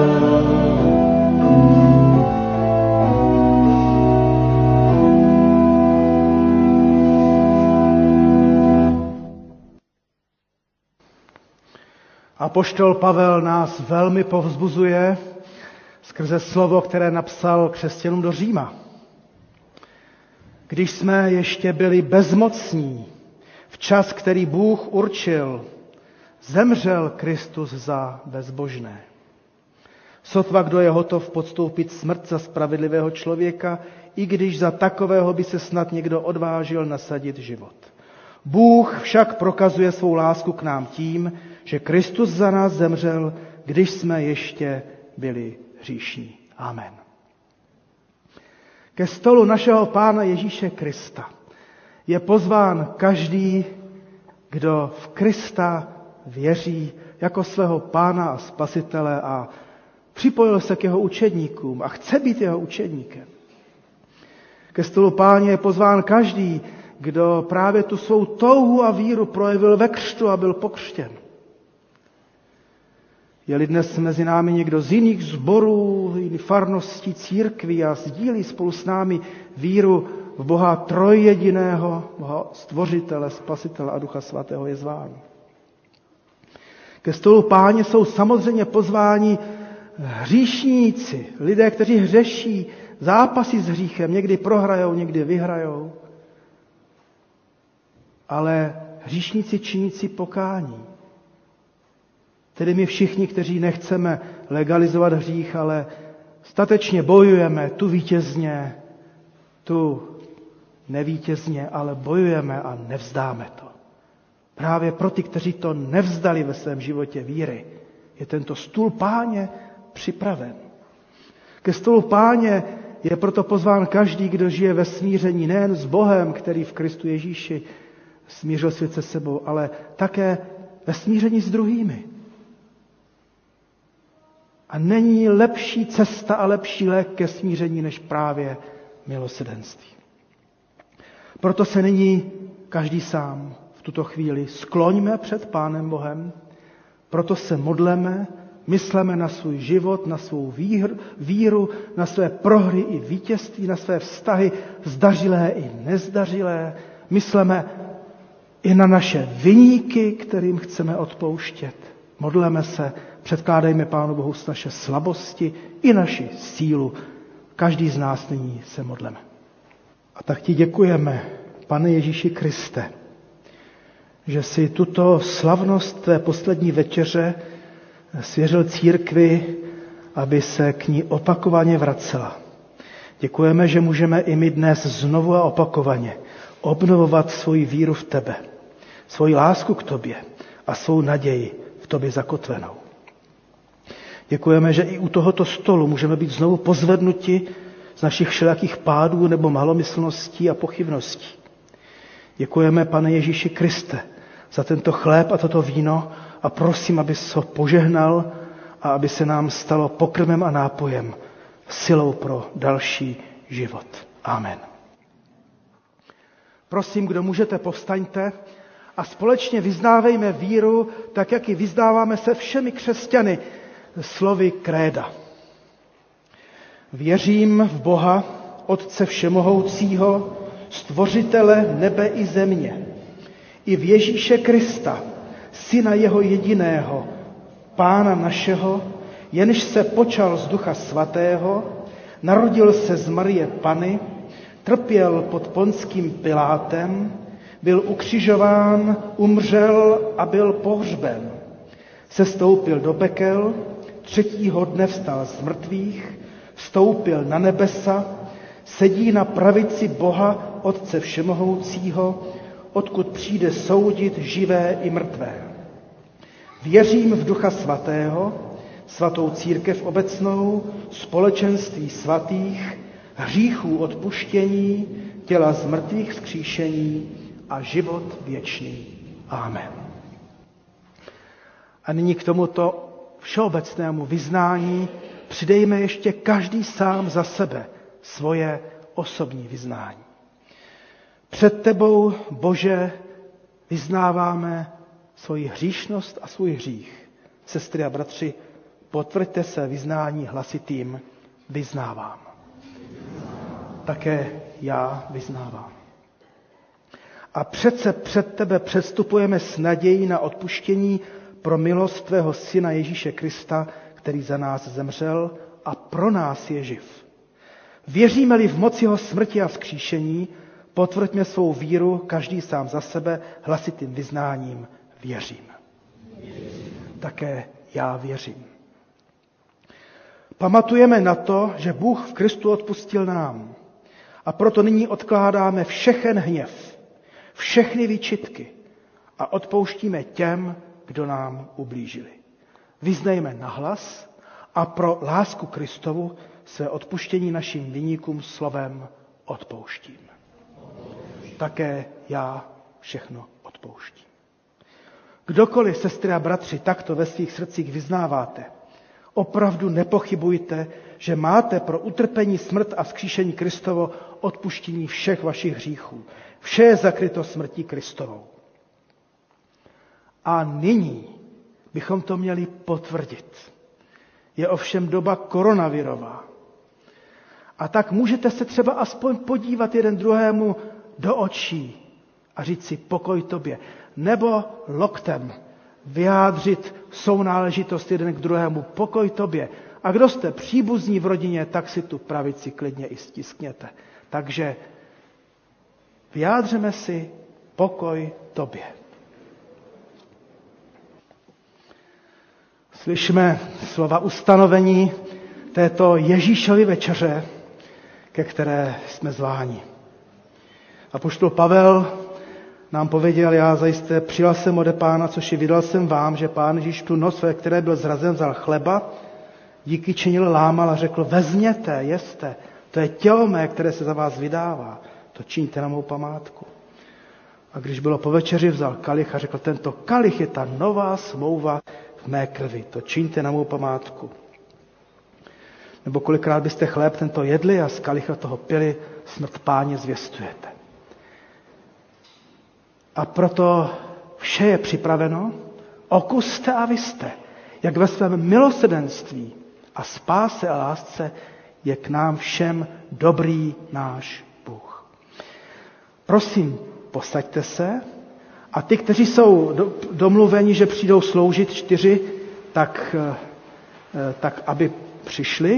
Apoštol Pavel nás velmi povzbuzuje skrze slovo, které napsal křesťanům do Říma. Když jsme ještě byli bezmocní, v čas, který Bůh určil, zemřel Kristus za bezbožné. Sotva kdo je hotov podstoupit smrt za spravedlivého člověka, i když za takového by se snad někdo odvážil nasadit život. Bůh však prokazuje svou lásku k nám tím, že Kristus za nás zemřel, když jsme ještě byli hříšní. Amen. Ke stolu našeho Pána Ježíše Krista je pozván každý, kdo v Krista věří jako svého Pána a Spasitele a připojil se k jeho učedníkům a chce být jeho učedníkem. Ke stolu Páně je pozván každý, kdo právě tu svou touhu a víru projevil ve křtu a byl pokřtěn. Je-li dnes mezi námi někdo z jiných sborů, jiných farností, církví a sdílí spolu s námi víru v Boha trojjediného, Boha stvořitele, spasitele a Ducha Svatého, je zván. Ke stolu Páně jsou samozřejmě pozváni hříšníci, lidé, kteří hřeší, zápasí s hříchem, někdy prohrajou, někdy vyhrajou, ale hříšníci činící pokání. Tedy my všichni, kteří nechceme legalizovat hřích, ale statečně bojujeme, tu vítězně, tu nevítězně, ale bojujeme a nevzdáme to. Právě pro ty, kteří to nevzdali ve svém životě víry, je tento stůl Páně připraven. Ke stolu Páně je proto pozván každý, kdo žije ve smíření nejen s Bohem, který v Kristu Ježíši smířil svět se sebou, ale také ve smíření s druhými. A není lepší cesta a lepší lék ke smíření než právě milosrdenství. Proto se nyní každý sám v tuto chvíli skloňme před Pánem Bohem, proto se modleme, mysleme na svůj život, na svou víru, na své prohry i vítězství, na své vztahy zdařilé i nezdařilé. Mysleme i na naše viníky, kterým chceme odpouštět. Modleme se, předkládejme Pánu Bohu naše slabosti i naši sílu. Každý z nás nyní se modleme. A tak ti děkujeme, Pane Ježíši Kriste, že si tuto slavnost tvé poslední večeře svěřil církvi, aby se k ní opakovaně vracela. Děkujeme, že můžeme i my dnes znovu a opakovaně obnovovat svoji víru v tebe, svoji lásku k tobě a svou naději v tobě zakotvenou. Děkujeme, že i u tohoto stolu můžeme být znovu pozvednuti z našich všelijakých pádů nebo malomyslností a pochybností. Děkujeme, Pane Ježíši Kriste, za tento chléb a toto víno a prosím, abys ho požehnal a aby se nám stalo pokrmem a nápojem, silou pro další život. Amen. Prosím, kdo můžete, povstaňte a společně vyznávejme víru, tak jak ji vyznáváme se všemi křesťany slovy kréda. Věřím v Boha, Otce všemohoucího, stvořitele nebe i země, i v Ježíše Krista, Syna jeho jediného, Pána našeho, jenž se počal z Ducha Svatého, narodil se z Marie Panny, trpěl pod Ponským Pilátem, byl ukřižován, umřel a byl pohřben. Sestoupil do pekel, 3. dne vstal z mrtvých, vstoupil na nebesa, sedí na pravici Boha, Otce všemohoucího, odkud přijde soudit živé i mrtvé. Věřím v Ducha Svatého, svatou církev obecnou, společenství svatých, hříchů odpuštění, těla z mrtvých vzkříšení a život věčný. Amen. A nyní k tomuto všeobecnému vyznání přidejme ještě každý sám za sebe svoje osobní vyznání. Před tebou, Bože, vyznáváme svoji hříšnost a svůj hřích. Sestry a bratři, potvrďte se vyznání hlasitým vyznávám. Také já vyznávám. A přece před tebe předstupujeme s nadějí na odpuštění pro milost tvého Syna Ježíše Krista, který za nás zemřel a pro nás je živ. Věříme-li v moc jeho smrti a vzkříšení, potvrďme svou víru každý sám za sebe hlasitým vyznáním věřím. Také já věřím. Pamatujeme na to, že Bůh v Kristu odpustil nám. A proto nyní odkládáme všechen hněv, všechny výčitky a odpouštíme těm, kdo nám ublížili. Vyznejme nahlas a pro lásku Kristovu své odpuštění našim viníkům slovem odpouštím. Také já všechno odpouštím. Kdokoliv, sestry a bratři, takto ve svých srdcích vyznáváte, opravdu nepochybujte, že máte pro utrpení, smrt a vzkříšení Kristovo odpuštění všech vašich hříchů. Vše je zakryto smrtí Kristovou. A nyní bychom to měli potvrdit. Je ovšem doba koronavirová. A tak můžete se třeba aspoň podívat jeden druhému do očí a říct si pokoj tobě. Nebo loktem vyjádřit sounáležitost jeden k druhému pokoj tobě. A kdo jste příbuzní v rodině, tak si tu pravici klidně i stiskněte. Takže vyjádřeme si pokoj tobě. Slyšme slova ustanovení této Ježíšovy večeře, ke které jsme zváni. Apoštol Pavel nám pověděl, já zajisté přijal jsem ode Pána, což i vydal jsem vám, že Pán Ježíš tu noc, ve které byl zrazen, vzal chleba, díky činil, lámal a řekl, vezměte, jeste, to je tělo mé, které se za vás vydává, to čiňte na mou památku. A když bylo po večeři, vzal kalich a řekl, tento kalich je ta nová smlouva v mé krvi, to čiňte na mou památku. Nebo kolikrát byste chléb tento jedli a z kalicha toho pili, smrt Páně zvěstujete. A proto vše je připraveno, okuste a vyste, jak ve svém milosrdenství a spáse a lásce je k nám všem dobrý náš Bůh. Prosím, posaďte se a ty, kteří jsou domluveni, že přijdou sloužit 4, tak aby přišli.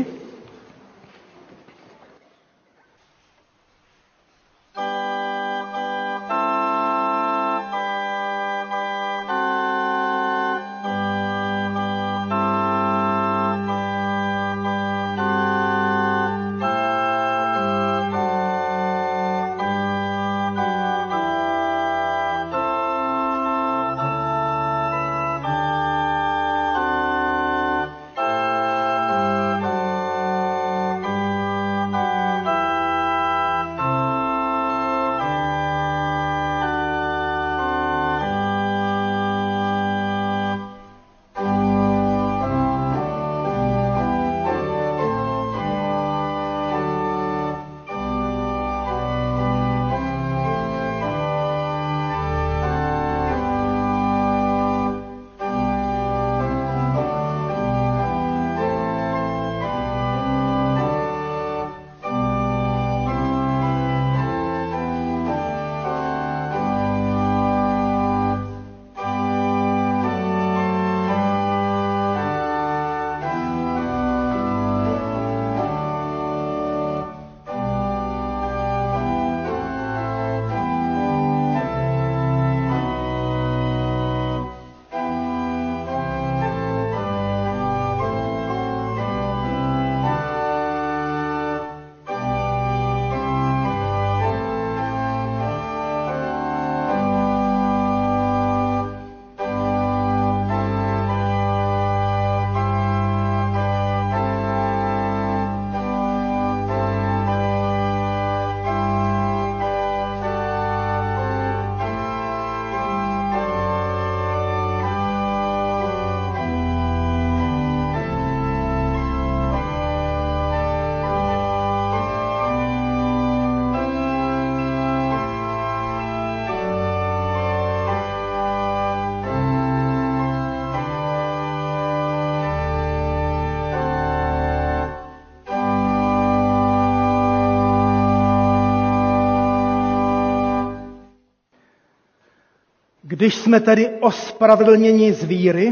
Když jsme tedy ospravedlněni z víry,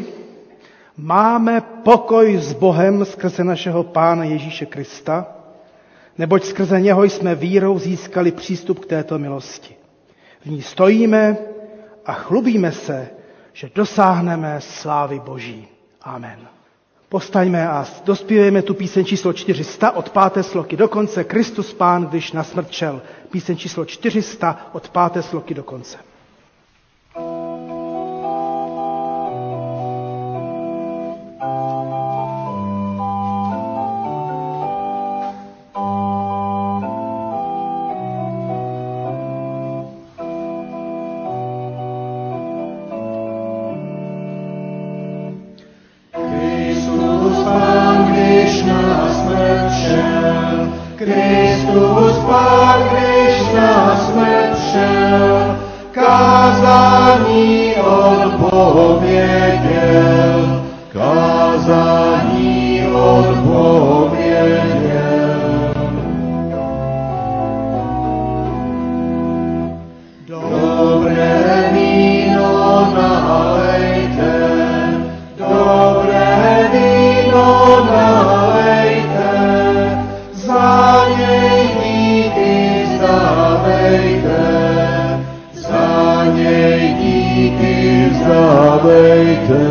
máme pokoj s Bohem skrze našeho Pána Ježíše Krista, neboť skrze něho jsme vírou získali přístup k této milosti. V ní stojíme a chlubíme se, že dosáhneme slávy Boží. Amen. Povstaňme a dospívejme tu píseň číslo 400 od 5. sloky do konce. Kristus Pán, když na smrt šel. Píseň číslo 400 od 5. sloky do konce. Kristus Pán, když na smrt šel, kázání odpověděl, kázání odpověděl. Dobré víno nalejte, dobré víno nalejte, za něj díky vzdávejte, za něj díky vzdávejte.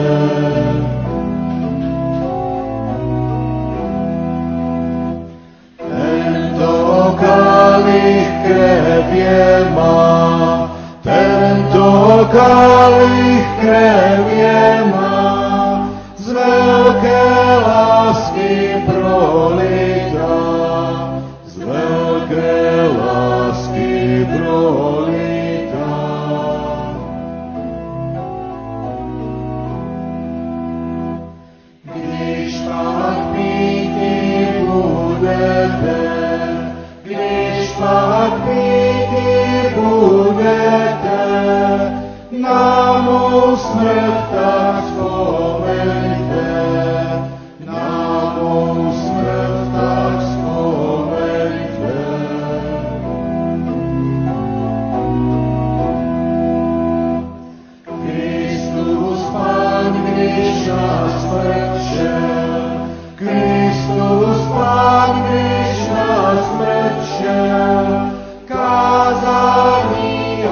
Tento kalich krevě má, tento kalich krevě má, z velké lásky prolitá, z velké lásky prolitá. Když pak píti budete, když pak píti budete, na mou smrt tak vzpomeňte, na mou smrt tak vzpomeňte. Kristus Pán, když na smrt šel, Kristus Pán, když na smrt šel, kázání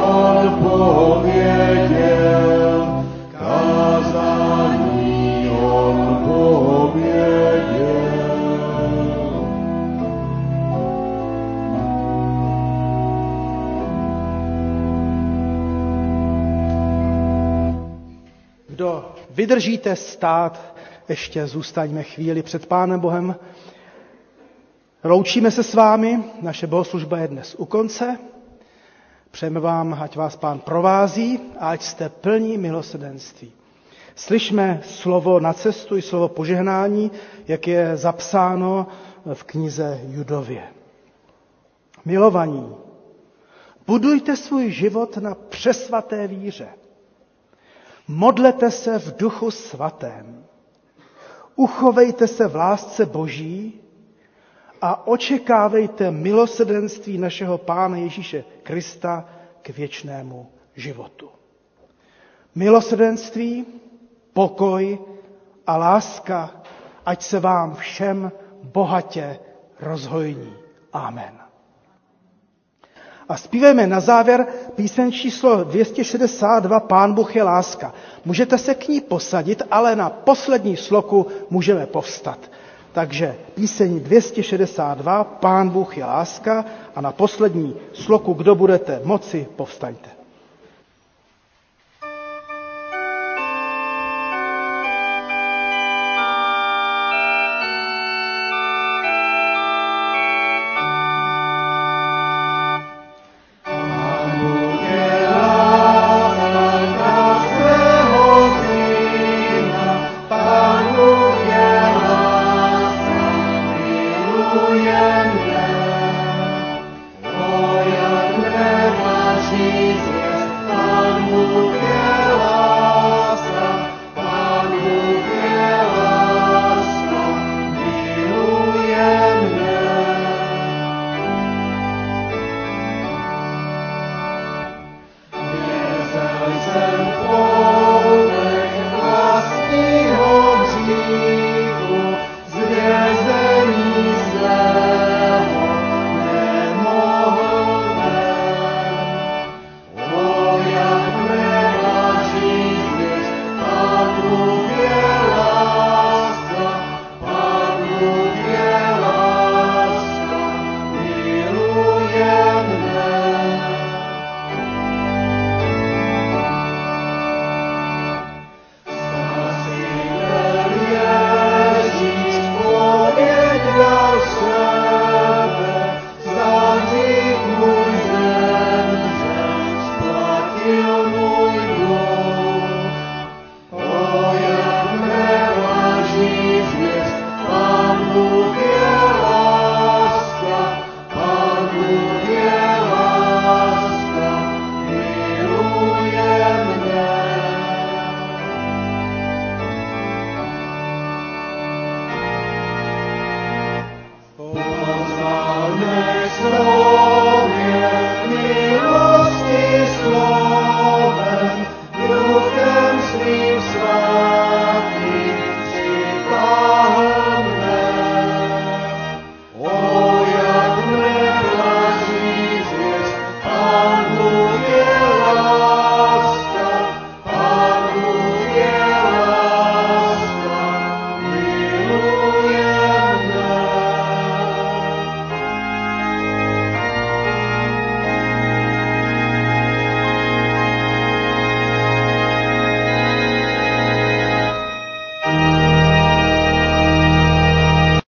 odpověděl, kázání odpověděl. Kdo vydržíte stát, ještě zůstaňme chvíli před Pánem Bohem. Loučíme se s vámi, naše bohoslužba je dnes u konce. Přejeme vám, ať vás Pán provází a ať jste plní milosrdenství. Slyšme slovo na cestu i slovo požehnání, jak je zapsáno v knize Judově. Milovaní, budujte svůj život na přesvaté víře. Modlete se v Duchu Svatém. Uchovejte se v lásce Boží a očekávejte milosrdenství našeho Pána Ježíše Krista k věčnému životu. Milosrdenství, pokoj a láska, ať se vám všem bohatě rozhojní. Amen. A zpívejme na závěr píseň číslo 262 Pán Bůh je láska. Můžete se k ní posadit, ale na poslední sloku můžeme povstat. Takže píseň 262 Pán Bůh je láska a na poslední sloku, kdo budete moci, povstaňte.